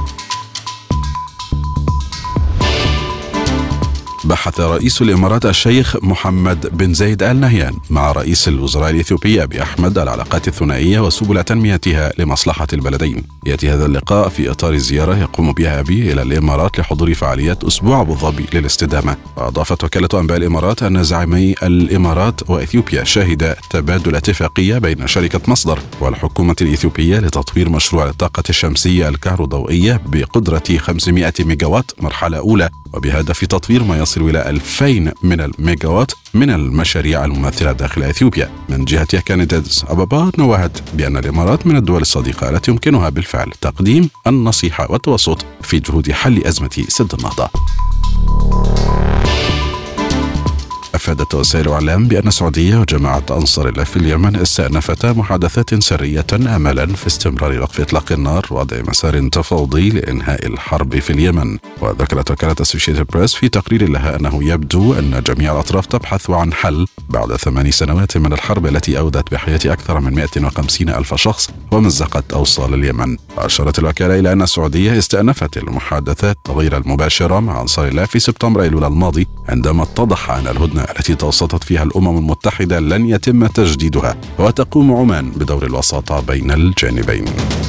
بحث رئيس الإمارات الشيخ محمد بن زايد آل نهيان مع رئيس الوزراء الإثيوبي أبي أحمد العلاقات الثنائية وسبل تنميتها لمصلحة البلدين. يأتي هذا اللقاء في إطار زيارة يقوم بها أبي إلى الإمارات لحضور فعاليات أسبوع أبو ظبي للاستدامة. وأضافت وكالة أنباء الإمارات أن زعيمي الإمارات وإثيوبيا شهد تبادل اتفاقية بين شركة مصدر والحكومة الإثيوبية لتطوير مشروع الطاقة الشمسية الكهروضوئية بقدرة 500 ميجاوات مرحلة أولى، وبهدف تطوير ما يصل إلى 2000 من الميجاوات من المشاريع المماثلة داخل إثيوبيا. من جهتها كانت أديس أبابا نوهت بأن الإمارات من الدول الصديقة التي يمكنها بالفعل تقديم النصيحة والتوسط في جهود حل أزمة سد النهضة. أفادت وسائل الإعلام بأن السعودية وجماعة أنصار الله في اليمن استأنفتا محادثات سرية أملا في استمرار وقف إطلاق النار ووضع مسار تفاوضي لإنهاء الحرب في اليمن. وذكرت وكالة أسوشيتد بريس في تقرير لها أنه يبدو أن جميع الأطراف تبحث عن حل بعد 8 سنوات من الحرب التي أودت بحياة أكثر من 150 ألف شخص ومزقت أوصال اليمن. أشارت الوكالة إلى أن السعودية استأنفت المحادثات غير المباشرة مع أنصار الله في سبتمبر أيلول الماضي، عندما اتضح أن الهدنة التي توسطت فيها الأمم المتحدة لن يتم تجديدها، وتقوم عمان بدور الوساطة بين الجانبين.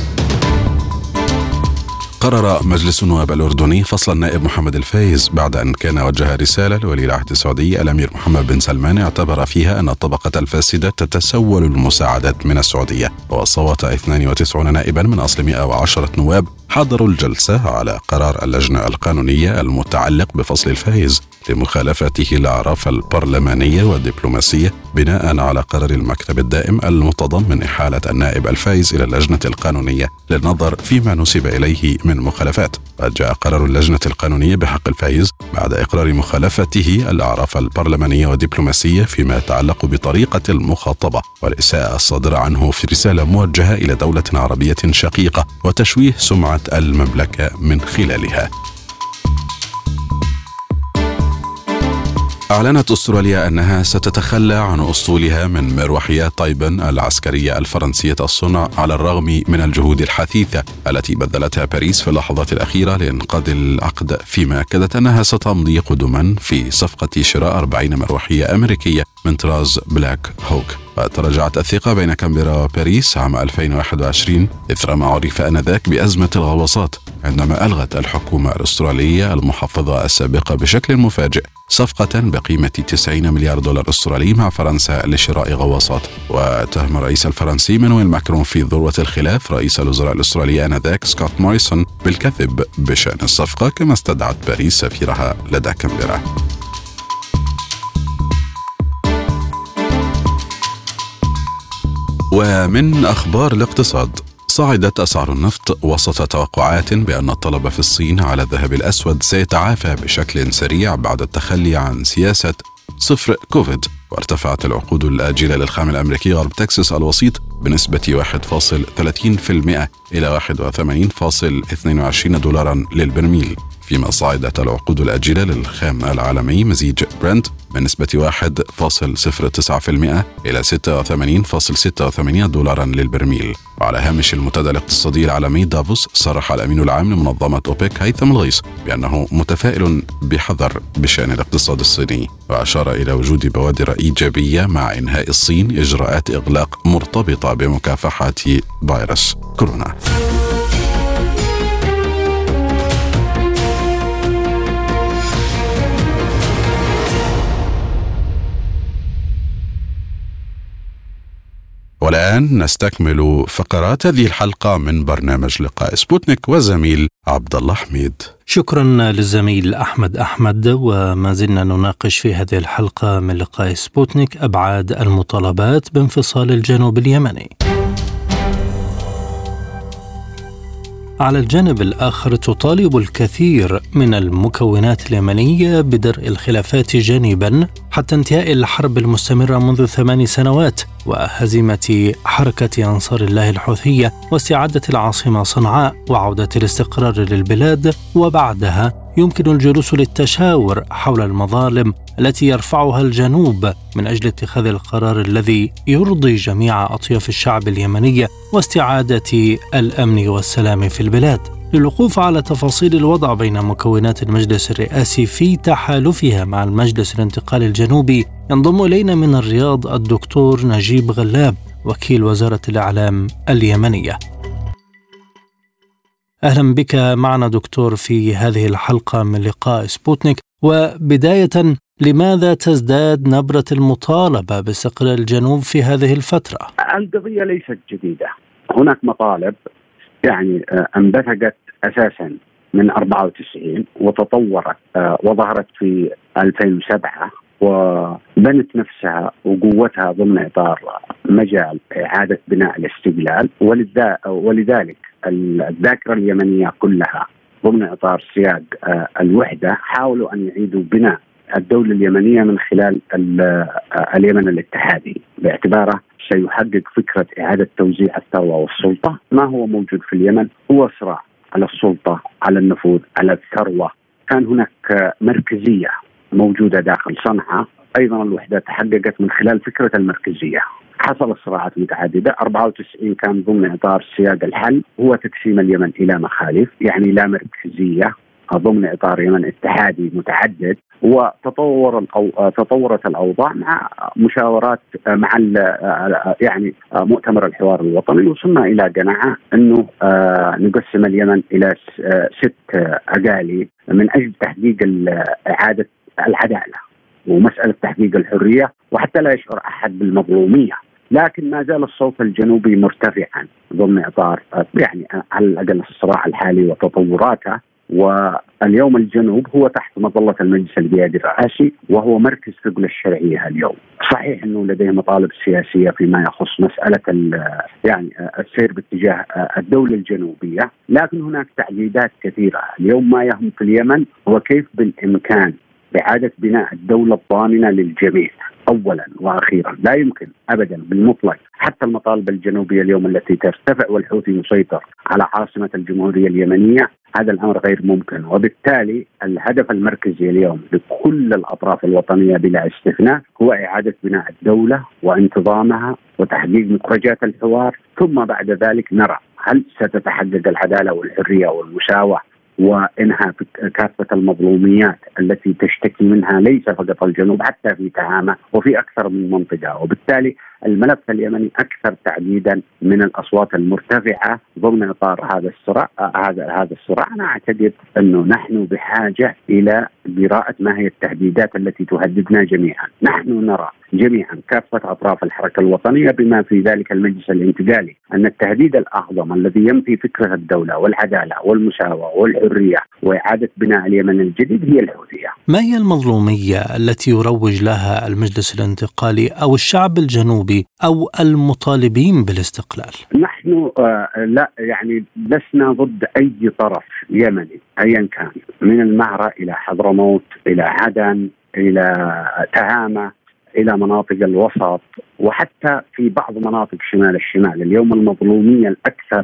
قرر مجلس النواب الأردني فصل النائب محمد الفايز بعد أن كان وجه رسالة لولي العهد السعودي الأمير محمد بن سلمان اعتبر فيها أن الطبقة الفاسدة تتسول المساعدات من السعودية. وصوت 92 نائبا من أصل 110 نواب حضروا الجلسة على قرار اللجنة القانونية المتعلق بفصل الفايز لمخالفته الأعراف البرلمانية والدبلوماسية بناء على قرار المكتب الدائم المتضمن إحالة النائب الفايز إلى اللجنة القانونية للنظر فيما نسب إليه من مخالفات. جاء قرار اللجنة القانونية بحق الفايز بعد إقرار مخالفته الأعراف البرلمانية والدبلوماسية فيما يتعلق بطريقة المخاطبة والإساءة الصادرة عنه في رسالة موجهة إلى دولة عربية شقيقة وتشويه سمعة المملكة من خلالها. أعلنت أستراليا أنها ستتخلى عن أسطولها من مروحيات تايبن العسكرية الفرنسية الصنع على الرغم من الجهود الحثيثة التي بذلتها باريس في اللحظات الأخيرة لإنقاذ العقد، فيما أكدت أنها ستمضي قدما في صفقة شراء 40 مروحية أمريكية من طراز بلاك هوك. وتراجعت الثقة بين كامبيرا وباريس عام 2021 إثر ما عرف آنذاك بأزمة الغواصات، عندما ألغت الحكومة الأسترالية المحافظة السابقة بشكل مفاجئ صفقة بقيمة 90 مليار دولار أسترالي مع فرنسا لشراء غواصات. واتهم الرئيس الفرنسي مانويل ماكرون في ذروة الخلاف رئيس الوزراء الأسترالي آنذاك سكوت موريسون بالكذب بشأن الصفقة، كما استدعت باريس سفيرها لدى كامبيرا. ومن أخبار الاقتصاد، صعدت أسعار النفط وسط توقعات بأن الطلب في الصين على الذهب الأسود سيتعافى بشكل سريع بعد التخلي عن سياسة صفر كوفيد. وارتفعت العقود الآجلة للخام الأمريكي غرب تكساس الوسيط بنسبة 1.30% إلى 81.22 دولارا للبرميل، فيما صعدت العقود الآجلة للخام العالمي مزيج برنت بنسبة 1.09% إلى 86.86 دولارا للبرميل. وعلى هامش المنتدى الاقتصادي العالمي دافوس، صرح الأمين العام لمنظمة أوبك هيثم الغيث بأنه متفائل بحذر بشأن الاقتصاد الصيني، وأشار إلى وجود بوادر إيجابية مع إنهاء الصين إجراءات إغلاق مرتبطة بمكافحة فيروس كورونا. والآن نستكمل فقرات هذه الحلقة من برنامج لقاء سبوتنيك والزميل عبد الله حميد. شكرا للزميل أحمد. وما زلنا نناقش في هذه الحلقة من لقاء سبوتنيك أبعاد المطالبات بانفصال الجنوب اليمني. على الجانب الآخر تطالب الكثير من المكونات اليمنية بدرء الخلافات جانبا حتى انتهاء الحرب المستمرة منذ 8 سنوات وهزيمة حركة أنصار الله الحوثية واستعادة العاصمة صنعاء وعودة الاستقرار للبلاد، وبعدها يمكن الجلوس للتشاور حول المظالم التي يرفعها الجنوب من أجل اتخاذ القرار الذي يرضي جميع أطياف الشعب اليمني واستعادة الأمن والسلام في البلاد. للوقوف على تفاصيل الوضع بين مكونات المجلس الرئاسي في تحالفها مع المجلس الانتقالي الجنوبي ينضم إلينا من الرياض الدكتور نجيب غلاب وكيل وزارة الإعلام اليمنية. أهلا بك معنا دكتور في هذه الحلقة من لقاء سبوتنيك. وبداية، لماذا تزداد نبرة المطالبة باستقلال الجنوب في هذه الفترة؟ القضية ليست جديدة، هناك مطالب انبثقت أساسا من 94 وتطورت وظهرت في 2007 وبنت نفسها وقوتها ضمن إطار مجال إعادة بناء الاستقلال، ولذلك الذاكرة اليمنية كلها ضمن إطار سياق الوحدة حاولوا أن يعيدوا بناء الدولة اليمنية من خلال اليمن الاتحادي، باعتباره سيحقق فكرة إعادة توزيع الثروة والسلطة. ما هو موجود في اليمن هو صراع على السلطة، على النفوذ، على الثروة. كان هناك مركزية موجودة داخل صنعاء، أيضا الوحدة تحققت من خلال فكرة المركزية. حصل صراعات متعددة. 94 كان ضمن إطار سياق الحل هو تقسيم اليمن إلى مخالف، يعني لا مركزية ضمن إطار يمن اتحادي متعدد. تطورت الأوضاع مع مشاورات مع يعني مؤتمر الحوار الوطني، وصلنا إلى قناعة أنه نقسم اليمن إلى 6 أقاليم من أجل تحقيق إعادة العدالة ومسألة تحقيق الحرية، وحتى لا يشعر أحد بالمظلومية. لكن ما زال الصوت الجنوبي مرتفعا ضمن إطار يعني على الأقل الصراع الحالي وتطوراته. واليوم الجنوب هو تحت مظلة المجلس القيادي الرئاسي، وهو مركز ثقل الشرعية اليوم. صحيح أنه لديه مطالب سياسية فيما يخص مسألة يعني السير باتجاه الدولة الجنوبية، لكن هناك تعقيدات كثيرة. اليوم ما يهم في اليمن هو كيف بالإمكان إعادة بناء الدولة الضامنة للجميع أولا وأخيرا. لا يمكن أبدا بالمطلق حتى المطالب الجنوبية اليوم التي ترتفع والحوثي مسيطر على عاصمة الجمهورية اليمنية، هذا الأمر غير ممكن. وبالتالي الهدف المركزي اليوم لكل الأطراف الوطنية بلا استثناء هو إعادة بناء الدولة وانتظامها وتحقيق مخرجات الحوار، ثم بعد ذلك نرى هل ستتحقق العدالة والحرية والمساواة وإنهاء كافة المظلوميات التي تشتكي منها ليس فقط الجنوب، حتى في تهامة وفي أكثر من منطقة. وبالتالي الملف اليمني أكثر تعقيدا من الأصوات المرتفعة ضمن إطار هذا الصراع. أنا أعتقد أنه نحن بحاجة إلى قراءة ما هي التهديدات التي تهددنا جميعا. نحن نرى جميعا كافة أطراف الحركة الوطنية بما في ذلك المجلس الانتقالي أن التهديد الأعظم الذي ينفي فكرة الدولة والعدالة والمساواة والحرية وإعادة بناء اليمن الجديد هي الحوثية. ما هي المظلومية التي يروج لها المجلس الانتقالي أو الشعب الجنوبي أو المطالبين بالاستقلال؟ نحن لا يعني لسنا ضد أي طرف يمني أيا كان، من المهرة إلى حضرموت إلى عدن إلى تهامة إلى مناطق الوسط وحتى في بعض مناطق شمال الشمال. اليوم المظلومية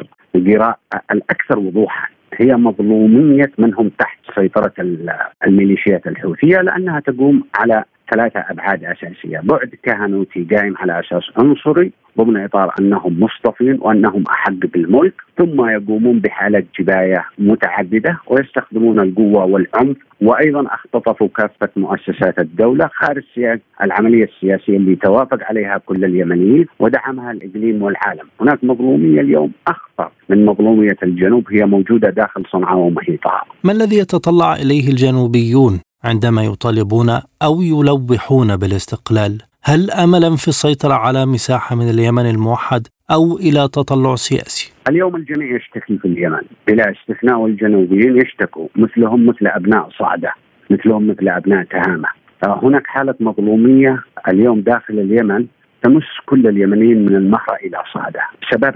الأكثر وضوحا هي مظلومية من هم تحت سيطرة الميليشيات الحوثية، لأنها تقوم على 3 أبعاد أساسية. بعد كهنوتي قائم على أساس عنصري ضمن إطار أنهم مصطفين وأنهم أحق بالملك، ثم يقومون بحالات جباية متعددة ويستخدمون القوة والعنف، وأيضا اختطفوا كافة مؤسسات الدولة خارج سياق العملية السياسية اللي توافق عليها كل اليمنيين ودعمها الإقليم والعالم. هناك مظلومية اليوم أخطر من مظلومية الجنوب هي موجودة داخل صنعاء ومحيطها. ما الذي يتطلع إليه الجنوبيون عندما يطالبون أو يلوحون بالاستقلال؟ هل أملا في السيطرة على مساحة من اليمن الموحد أو إلى تطلع سياسي؟ اليوم الجميع يشتكي في اليمن بلا استثناء، والجنوبيين يشتكوا مثلهم مثل أبناء صعدة، مثلهم مثل أبناء تهامة. هناك حالة مظلومية اليوم داخل اليمن تمس كل اليمنيين من المهرة إلى صعدة. سببها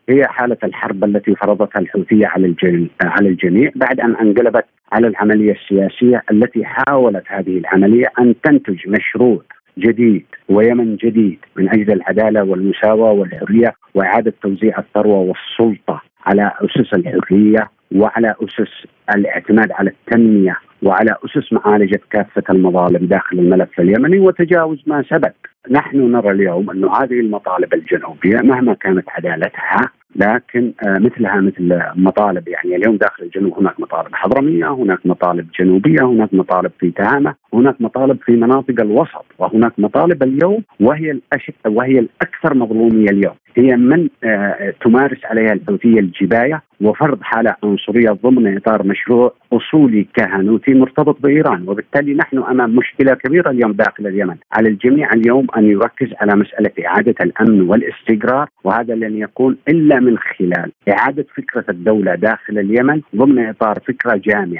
هي حالة الحرب التي فرضتها الحوثية على الجميع بعد أن انقلبت على العملية السياسية التي حاولت هذه العملية أن تنتج مشروع جديد ويمن جديد من أجل العدالة والمساواة والحرية وإعادة توزيع الثروة والسلطة على أسس الحرية وعلى أسس الاعتماد على التنمية وعلى أسس معالجة كافة المظالم داخل الملف اليمني وتجاوز ما سبق. نحن نرى اليوم أن هذه المطالب الجنوبية مهما كانت عدالتها لكن مثلها مثل مطالب، يعني اليوم داخل الجنوب هناك مطالب حضرمية، هناك مطالب جنوبية، هناك مطالب في تهامة، هناك مطالب في مناطق الوسط، وهناك مطالب اليوم وهي الأكثر مظلومية اليوم هي من تمارس عليها الحوثية الجباية وفرض حالة عنصرية ضمن إطار مشروع أصولي كهنوتي مرتبط بإيران. وبالتالي نحن أمام مشكلة كبيرة اليوم داخل اليمن. على الجميع اليوم أن يركز على مسألة إعادة الأمن والاستقرار، وهذا لن يكون إلا من خلال إعادة فكرة الدولة داخل اليمن ضمن إطار فكرة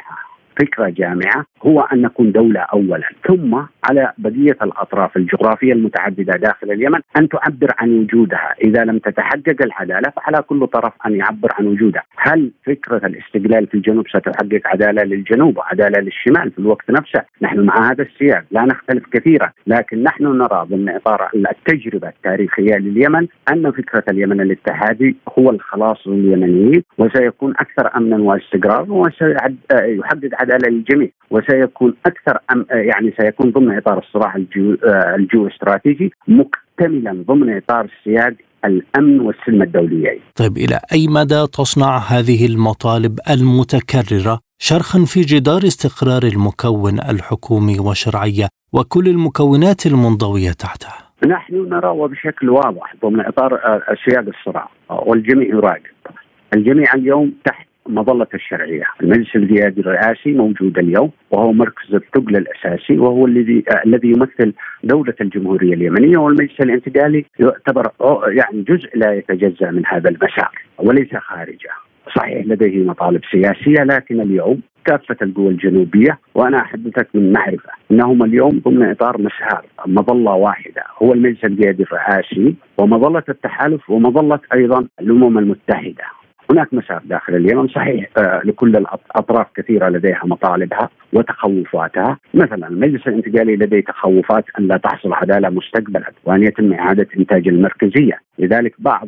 جامعة هو أن نكون دولة أولا، ثم على بقية الأطراف الجغرافية المتعددة داخل اليمن أن تعبر عن وجودها. إذا لم تتحقق العدالة فعلى كل طرف أن يعبر عن وجودها. هل فكرة الاستقلال في الجنوب ستحقق عدالة للجنوب وعدالة للشمال في الوقت نفسه؟ نحن مع هذا السياق لا نختلف كثيرا، لكن نحن نرى ضمن إطار التجربة التاريخية لليمن أن فكرة اليمن الاتحادي هو الخلاص لليمنيين، وسيكون أكثر أمنا واستقرارا وسيحقق عدالة للجميع، وسيكون أكثر سيكون ضمن إطار الصراع الجيوستراتيجي مكتملا ضمن إطار السياق الأمن والسلم الدوليين. طيب إلى أي مدى تصنع هذه المطالب المتكررة شرخا في جدار استقرار المكون الحكومي وشرعية وكل المكونات المنضوية تحتها؟ نحن نرى وبشكل واضح ضمن إطار سياق الصراع والجميع يراقب. الجميع اليوم تحت مظلة الشرعية. المجلس القيادي الرئاسي موجود اليوم وهو مركز الثقل الأساسي، وهو الذي يمثل دولة الجمهورية اليمنية، والمجلس الانتقالي يعتبر جزء لا يتجزأ من هذا المسار وليس خارجه. صحيح لديه مطالب سياسية، لكن اليوم كافة القوى الجنوبية، وأنا أحدثك من معرفة أنهم اليوم ضمن إطار مسار مظلة واحدة هو المجلس القيادي الرئاسي ومظلة التحالف ومظلة أيضا الأمم المتحدة. هناك مسار داخل اليمن صحيح لكل الأطراف كثيرة لديها مطالبها وتخوفاتها. مثلا المجلس الانتقالي لديه تخوفات أن لا تحصل عدالة مستقبلا وأن يتم إعادة إنتاج المركزية. لذلك بعض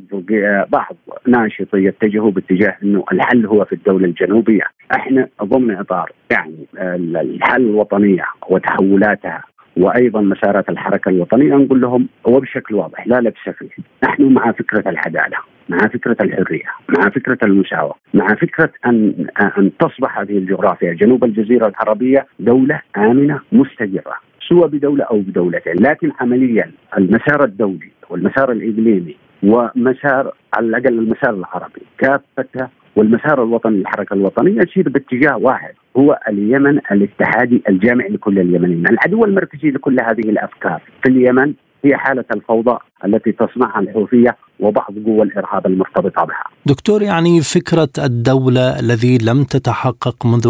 ناشطي يتجهوا باتجاه أنه الحل هو في الدولة الجنوبية. احنا ضمن إطار الحل الوطنية وتحولاتها وأيضا مسارات الحركة الوطنية نقول لهم وبشكل واضح لا لبس فيه، نحن مع فكرة العدالة، مع فكرة الحرية، مع فكرة المساواة، مع فكرة أن تصبح هذه الجغرافيا جنوب الجزيرة العربية دولة آمنة مستقرة سواء بدولة أو بدولتين. لكن عمليا المسار الدولي والمسار الإقليمي ومسار على الأقل المسار العربي كافته والمسار الوطني الحركة الوطنية يسير باتجاه واحد هو اليمن الاتحادي الجامع لكل اليمنيين. العدو المركزي لكل هذه الأفكار في اليمن هي حالة الفوضى التي تصنعها الحوثية وبعض قوى الإرهاب المرتبطة بها. دكتور، يعني فكرة الدولة الذي لم تتحقق منذ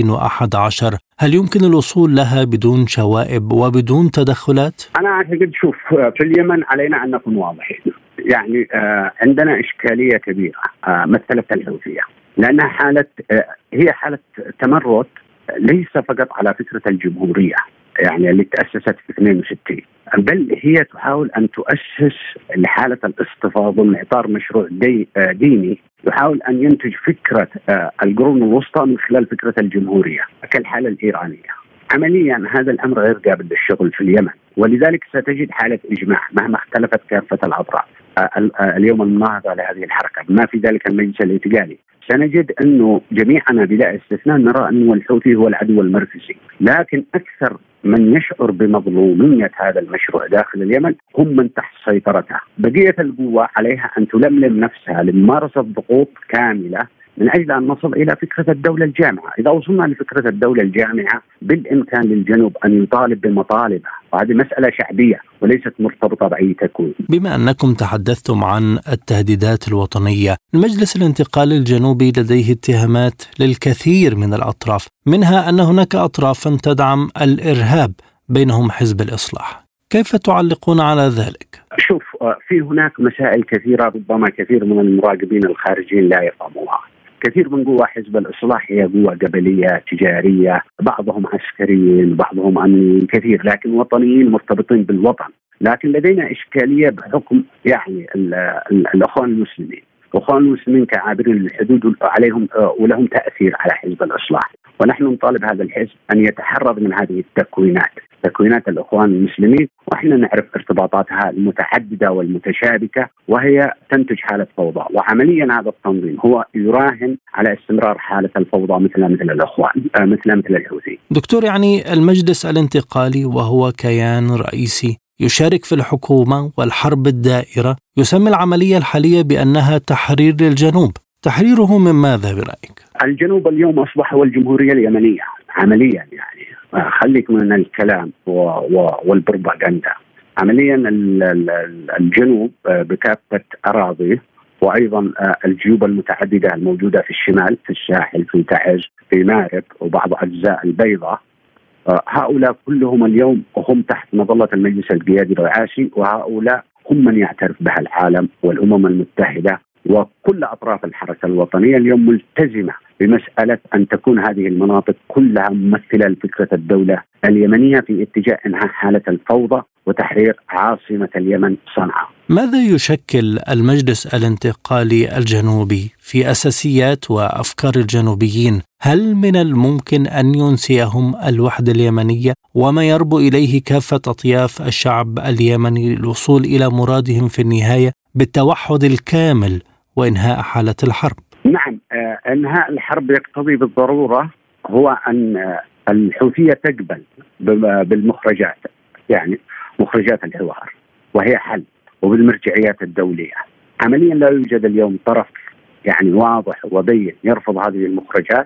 2011 هل يمكن الوصول لها بدون شوائب وبدون تدخلات؟ أنا أعتقد في اليمن علينا أن نكون واضحين. يعني عندنا إشكالية كبيرة مثلت الحوثية، لأنها هي حالة تمرد ليس فقط على فكرة الجمهورية يعني اللي تأسست في 62، بل هي تحاول أن تؤسس لحالة الاصطفاف من إطار مشروع ديني يحاول أن ينتج فكرة القرون الوسطى من خلال فكرة الجمهورية كالحالة الإيرانية. عمليا هذا الأمر غير قابل للشغل في اليمن، ولذلك ستجد حالة إجماع مهما اختلفت كافة الأطراف. اليوم المناهضة لهذه الحركة ما في ذلك المجلس الانتقالي سنجد أنه جميعنا بلا استثناء نرى أن الحوثي هو العدو المركزي، لكن أكثر من يشعر بمظلومية هذا المشروع داخل اليمن هم من تحت سيطرته. بقية القوة عليها أن تلملم نفسها لممارسة ضغوط كاملة من أجل أن نصل إلى فكرة الدولة الجامعة. إذا وصلنا لفكرة الدولة الجامعة بالإمكان للجنوب أن يطالب بمطالبه، وهذه مسألة شعبية وليست مرتبطة بأي تكوين. بما أنكم تحدثتم عن التهديدات الوطنية، المجلس الانتقالي الجنوبي لديه اتهامات للكثير من الأطراف، منها أن هناك أطرافا تدعم الإرهاب بينهم حزب الإصلاح. كيف تعلقون على ذلك؟ شوف، في هناك مسائل كثيرة ربما كثير من المراقبين الخارجيين لا يفهموها. كثير من قوى حزب الإصلاح هي قوى قبلية تجارية، بعضهم عسكريين بعضهم أمنيين كثير، لكن وطنيين مرتبطين بالوطن. لكن لدينا إشكالية بحكم يعني الأخوان المسلمين. الأخوان المسلمين كعابرين للحدود عليهم ولهم تأثير على حزب الإصلاح، ونحن نطالب هذا الحزب أن يتحرر من هذه تكوينات الأخوان المسلمين، وإحنا نعرف ارتباطاتها المتعددة والمتشابكة، وهي تنتج حالة فوضى. وعمليا هذا التنظيم هو يراهن على استمرار حالة الفوضى مثل الأخوان مثل الحوثي. دكتور، يعني المجلس الانتقالي وهو كيان رئيسي يشارك في الحكومة والحرب الدائرة يسمي العملية الحالية بأنها تحرير للجنوب. تحريره من ماذا برأيك؟ الجنوب اليوم أصبح هو الجمهورية اليمنية عمليا، يعني خليك من الكلام والبروباغندا. عمليا الجنوب بكافة أراضيه، وأيضا الجيوب المتعددة الموجودة في الشمال، في الساحل، في تعز، في مارب وبعض أجزاء البيضاء، هؤلاء كلهم اليوم هم تحت مظلة المجلس القيادي الرئاسي، وهؤلاء هم من يعترف بها العالم والأمم المتحدة، وكل أطراف الحركة الوطنية اليوم ملتزمة بمسألة أن تكون هذه المناطق كلها ممثلة لفكرة الدولة اليمنية في اتجاه إنهاء حالة الفوضى وتحرير عاصمة اليمن صنعاء. ماذا يشكل المجلس الانتقالي الجنوبي في أساسيات وأفكار الجنوبيين؟ هل من الممكن أن ينسيهم الوحدة اليمنية وما يربو إليه كافة أطياف الشعب اليمني للوصول إلى مرادهم في النهاية بالتوحد الكامل وإنهاء حالة الحرب؟ نعم، إنهاء الحرب يقتضي بالضرورة هو أن الحوثية تقبل بالمخرجات، يعني مخرجات الحوار، وهي حل، وبالمرجعيات الدولية. عمليا لا يوجد اليوم طرف يعني واضح وبين يرفض هذه المخرجات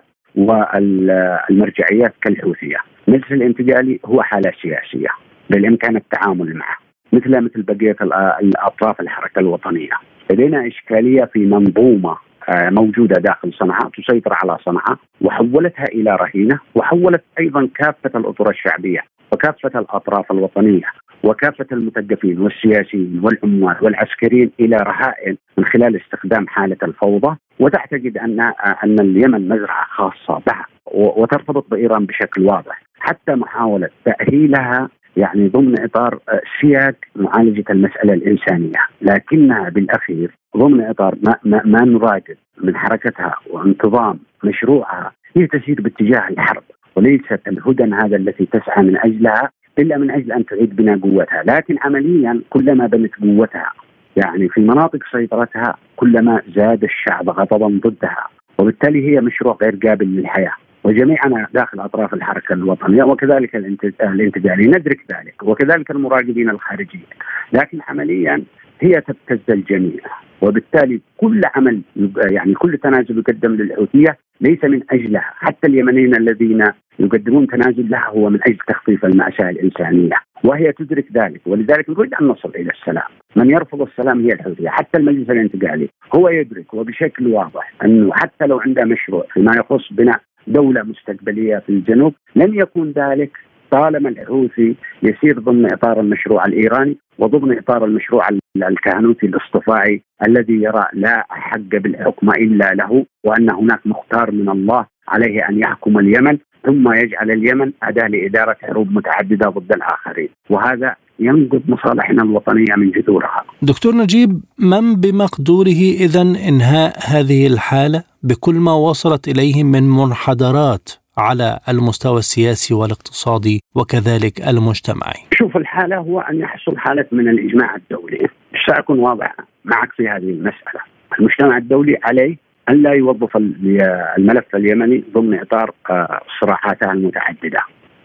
والمرجعيات كالحوثية. المجلس الانتقالي هو حالة سياسية بالإمكان التعامل معه مثل بقية الأطراف الحركة الوطنية. لدينا إشكالية في منظومة موجودة داخل صنعاء تسيطر على صنعاء وحولتها إلى رهينة، وحولت أيضا كافة الأطر الشعبية وكافة الأطراف الوطنية وكافة المثقفين والسياسيين والعمال والعسكريين إلى رهائن من خلال استخدام حالة الفوضى، وتعتقد أن اليمن مزرعة خاصة بها وترتبط بإيران بشكل واضح، حتى محاولة تأهيلها يعني ضمن إطار سياق معالجة المسألة الإنسانية، لكنها بالأخير ضمن إطار ما نراقب من حركتها وانتظام مشروعها هي تسير باتجاه الحرب، وليست الهدن هذا التي تسعى من أجلها إلا من أجل أن تعيد بناء قوتها. لكن عمليا كلما بنت قوتها يعني في مناطق سيطرتها كلما زاد الشعب غضبا ضدها، وبالتالي هي مشروع غير قابل للحياة. وجميعنا داخل أطراف الحركة الوطنية وكذلك الانتقالي ندرك ذلك، وكذلك المراقبين الخارجيين، لكن عمليا هي تبتز الجميع، وبالتالي كل عمل يعني كل تنازل يقدم للحوثية ليس من أجلها. حتى اليمنيين الذين يقدمون تنازل لها هو من أجل تخفيف المأساة الإنسانية، وهي تدرك ذلك، ولذلك نريد أن نصل إلى السلام. من يرفض السلام هي الحوثية. حتى المجلس الانتقالي هو يدرك وبشكل واضح أنه حتى لو عنده مشروع فيما يخص بناء دولة مستقبلية في الجنوب لن يكون ذلك طالما الحوثي يسير ضمن إطار المشروع الإيراني وضمن إطار المشروع الكهنوتي الاصطفاعي الذي يرى لا حق بالحكم إلا له، وأن هناك مختار من الله عليه أن يحكم اليمن ثم يجعل اليمن أداة لإدارة حروب متعددة ضد الآخرين، وهذا ينقض مصالحنا الوطنية من جذورها. دكتور نجيب، من بمقدوره إذن إنهاء هذه الحالة بكل ما وصلت إليه من منحدرات على المستوى السياسي والاقتصادي وكذلك المجتمعي؟ شوف، الحالة هو أن يحصل حالة من الإجماع الدولي. سأكون واضح معك في هذه المسألة. المجتمع الدولي عليه أن لا يوظف الملف اليمني ضمن إطار صراعاتها المتعددة،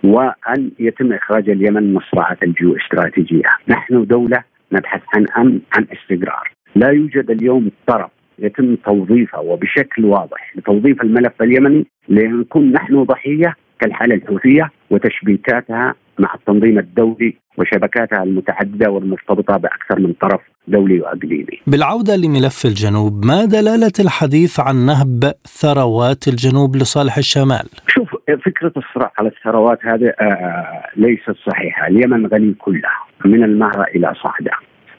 وأن يتم إخراج اليمن من الصراعات الجيوستراتيجية. نحن دولة نبحث عن أمن، عن استقرار. لا يوجد اليوم طرف يتم توظيفه وبشكل واضح لتوظيف الملف اليمني لنكون نحن ضحية كالحالة الحوثية وتشبيكاتها مع التنظيم الدولي وشبكاتها المتعددة والمرتبطة بأكثر من طرف دولي وأقليمي. بالعودة لملف الجنوب، ما دلالة الحديث عن نهب ثروات الجنوب لصالح الشمال؟ شوف، فكرة الصراع على الثروات هذه ليست صحيحة. اليمن غني كلها من المهرة إلى صعدة.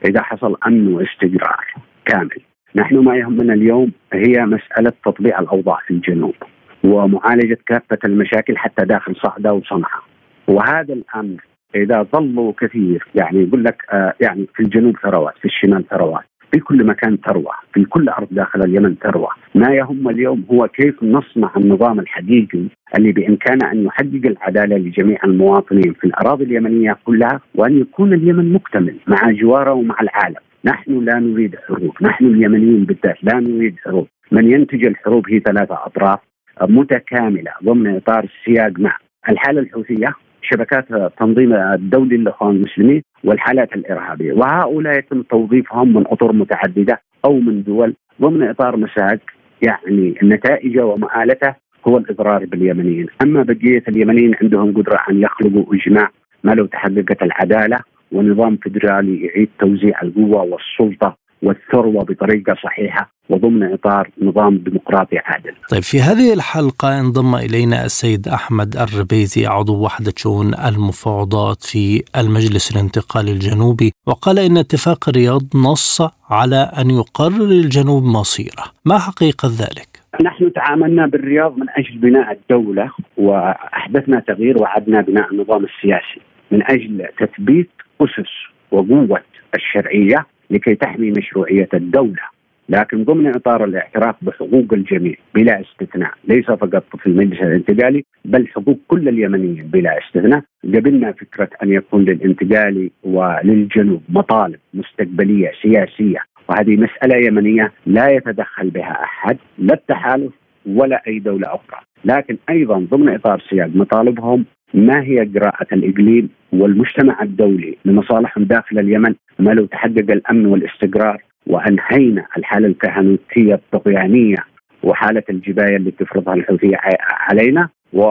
إذا حصل أمن واستقرار كامل. نحن ما يهمنا اليوم هي مسألة تطبيع الأوضاع في الجنوب ومعالجة كافة المشاكل حتى داخل صعدة وصنعاء. وهذا الأمر إذا ظلوا كثير يعني يقول لك يعني في الجنوب ثروات، في الشمال ثروات، في كل مكان ثروة، في كل أرض داخل اليمن ثروة. ما يهم اليوم هو كيف نصنع النظام الحقيقي اللي بإمكانه أن يحقق العدالة لجميع المواطنين في الأراضي اليمنية كلها، وأن يكون اليمن مكتمل مع جواره ومع العالم. نحن لا نريد حروب، نحن اليمنيين بالذات لا نريد حروب. من ينتج الحروب هي 3 أطراف متكاملة ضمن إطار السياق مع الحالة الحوثية، شبكات تنظيم الدولي للإخوان المسلمين، والحالات الإرهابية، وهؤلاء يتم توظيفهم من أطر متعددة أو من دول ضمن إطار مساق يعني النتائج ومآلته هو الإضرار باليمنيين. أما بقية اليمنيين عندهم قدرة أن يخلقوا إجماع ما لو تحققت العدالة ونظام فيدرالي يعيد توزيع القوة والسلطة والثروة بطريقة صحيحة وضمن إطار نظام ديمقراطي عادل. طيب، في هذه الحلقة انضم إلينا السيد أحمد الربيزي عضو وحدة شؤون المفاوضات في المجلس الانتقالي الجنوبي، وقال إن اتفاق الرياض نص على أن يقرر الجنوب مصيره. ما حقيقة ذلك؟ نحن تعاملنا بالرياض من أجل بناء الدولة وأحدثنا تغيير وعدنا بناء النظام السياسي من أجل تثبيت أسس وقوة الشرعية لكي تحمي مشروعية الدولة، لكن ضمن إطار الاعتراف بحقوق الجميع بلا استثناء، ليس فقط في المجلس الانتقالي بل حقوق كل اليمنيين بلا استثناء. قبلنا فكرة أن يكون للانتقالي وللجنوب مطالب مستقبلية سياسية، وهذه مسألة يمنية لا يتدخل بها أحد، لا التحالف ولا أي دولة أخرى. لكن أيضا ضمن إطار سياق مطالبهم ما هي قراءة الإقليم والمجتمع الدولي لمصالحهم داخل اليمن، ما لو تحقق الأمن والاستقرار وأنهينا الحالة الكهنوتية الطغيانية وحالة الجباية اللي تفرضها الحوثية علينا،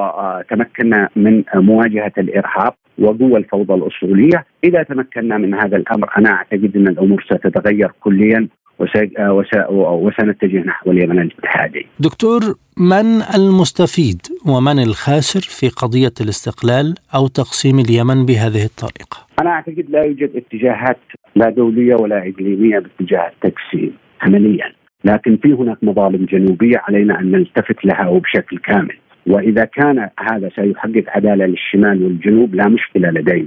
وتمكنا من مواجهة الإرهاب وقوى الفوضى الأصولية. إذا تمكنا من هذا الأمر أنا أعتقد أن الأمور ستتغير كليا وسنتجه نحو اليمن الاتحادي. دكتور، من المستفيد ومن الخاسر في قضية الاستقلال أو تقسيم اليمن بهذه الطريقة؟ أنا أعتقد لا يوجد اتجاهات لا دولية ولا إقليمية باتجاه التقسيم عمليا، لكن في هناك مظالم جنوبية علينا أن نلتفت لها وبشكل كامل. وإذا كان هذا سيحقق عدالة للشمال والجنوب لا مشكلة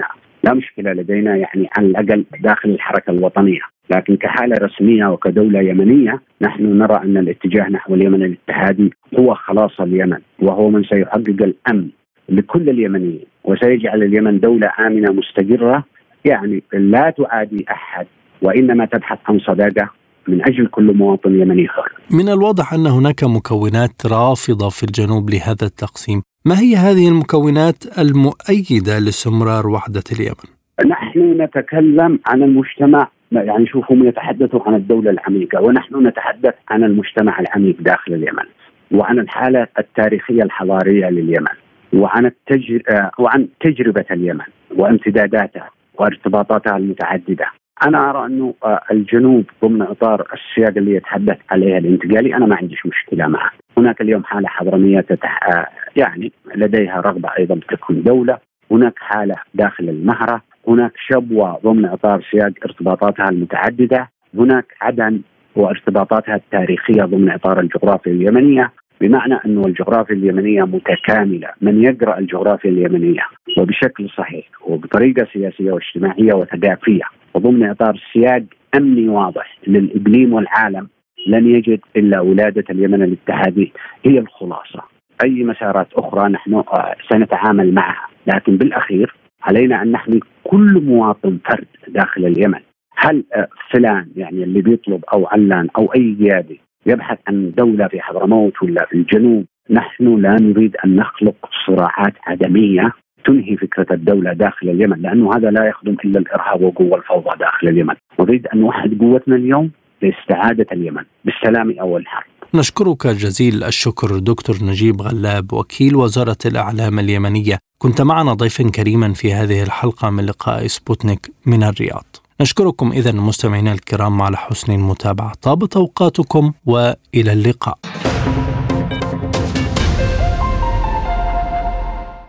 لدينا يعني على الأقل داخل الحركة الوطنية. لكن كحالة رسمية وكدولة يمنية نحن نرى أن الاتجاه نحو اليمن الاتحادي هو خلاص اليمن، وهو من سيحقق الأمن لكل اليمنيين وسيجعل اليمن دولة آمنة مستقرة، يعني لا تعادي أحد وإنما تبحث عن صداقة من أجل كل مواطن يمني حر. من الواضح أن هناك مكونات رافضة في الجنوب لهذا التقسيم. ما هي هذه المكونات المؤيدة لاستمرار وحدة اليمن؟ نحن نتكلم عن المجتمع، يعني شوفوا يتحدثوا عن الدولة العميقة ونحن نتحدث عن المجتمع العميق داخل اليمن، وعن الحالة التاريخية الحضارية لليمن، وعن تجربة اليمن وامتداداتها وارتباطاتها المتعددة. أنا أرى أنه الجنوب ضمن إطار السياق اللي يتحدث عليها الانتقالي أنا ما عنديش مشكلة معه. هناك اليوم حالة حضرمية يعني لديها رغبة أيضا تكون دولة، هناك حالة داخل المهرة، هناك شبوة ضمن إطار سياق ارتباطاتها المتعددة، هناك عدن وارتباطاتها التاريخية ضمن إطار الجغرافيا اليمنية، بمعنى أن الجغرافيا اليمنية متكاملة. من يقرأ الجغرافيا اليمنية وبشكل صحيح وبطريقة سياسية واجتماعية وثقافية وضمن إطار سياق أمني واضح للإقليم والعالم لن يجد إلا ولادة اليمن الاتحادي هي الخلاصة. أي مسارات أخرى نحن سنتعامل معها، لكن بالأخير علينا أن نحمي كل مواطن فرد داخل اليمن. هل فلان يعني اللي بيطلب أو علان أو أي قيادي يبحث عن دولة في حضرموت ولا في الجنوب؟ نحن لا نريد أن نخلق صراعات عدمية تنهي فكرة الدولة داخل اليمن، لأنه هذا لا يخدم إلا الإرهاب وقوة الفوضى داخل اليمن. نريد أن نوحد قوتنا اليوم لاستعادة اليمن بالسلام أو الحرب. نشكرك جزيل الشكر دكتور نجيب غلاب، وكيل وزارة الإعلام اليمنية، كنت معنا ضيفا كريما في هذه الحلقة من لقاء سبوتنيك من الرياض. نشكركم إذن مستمعينا الكرام على حسن المتابعة. طابت أوقاتكم وإلى اللقاء.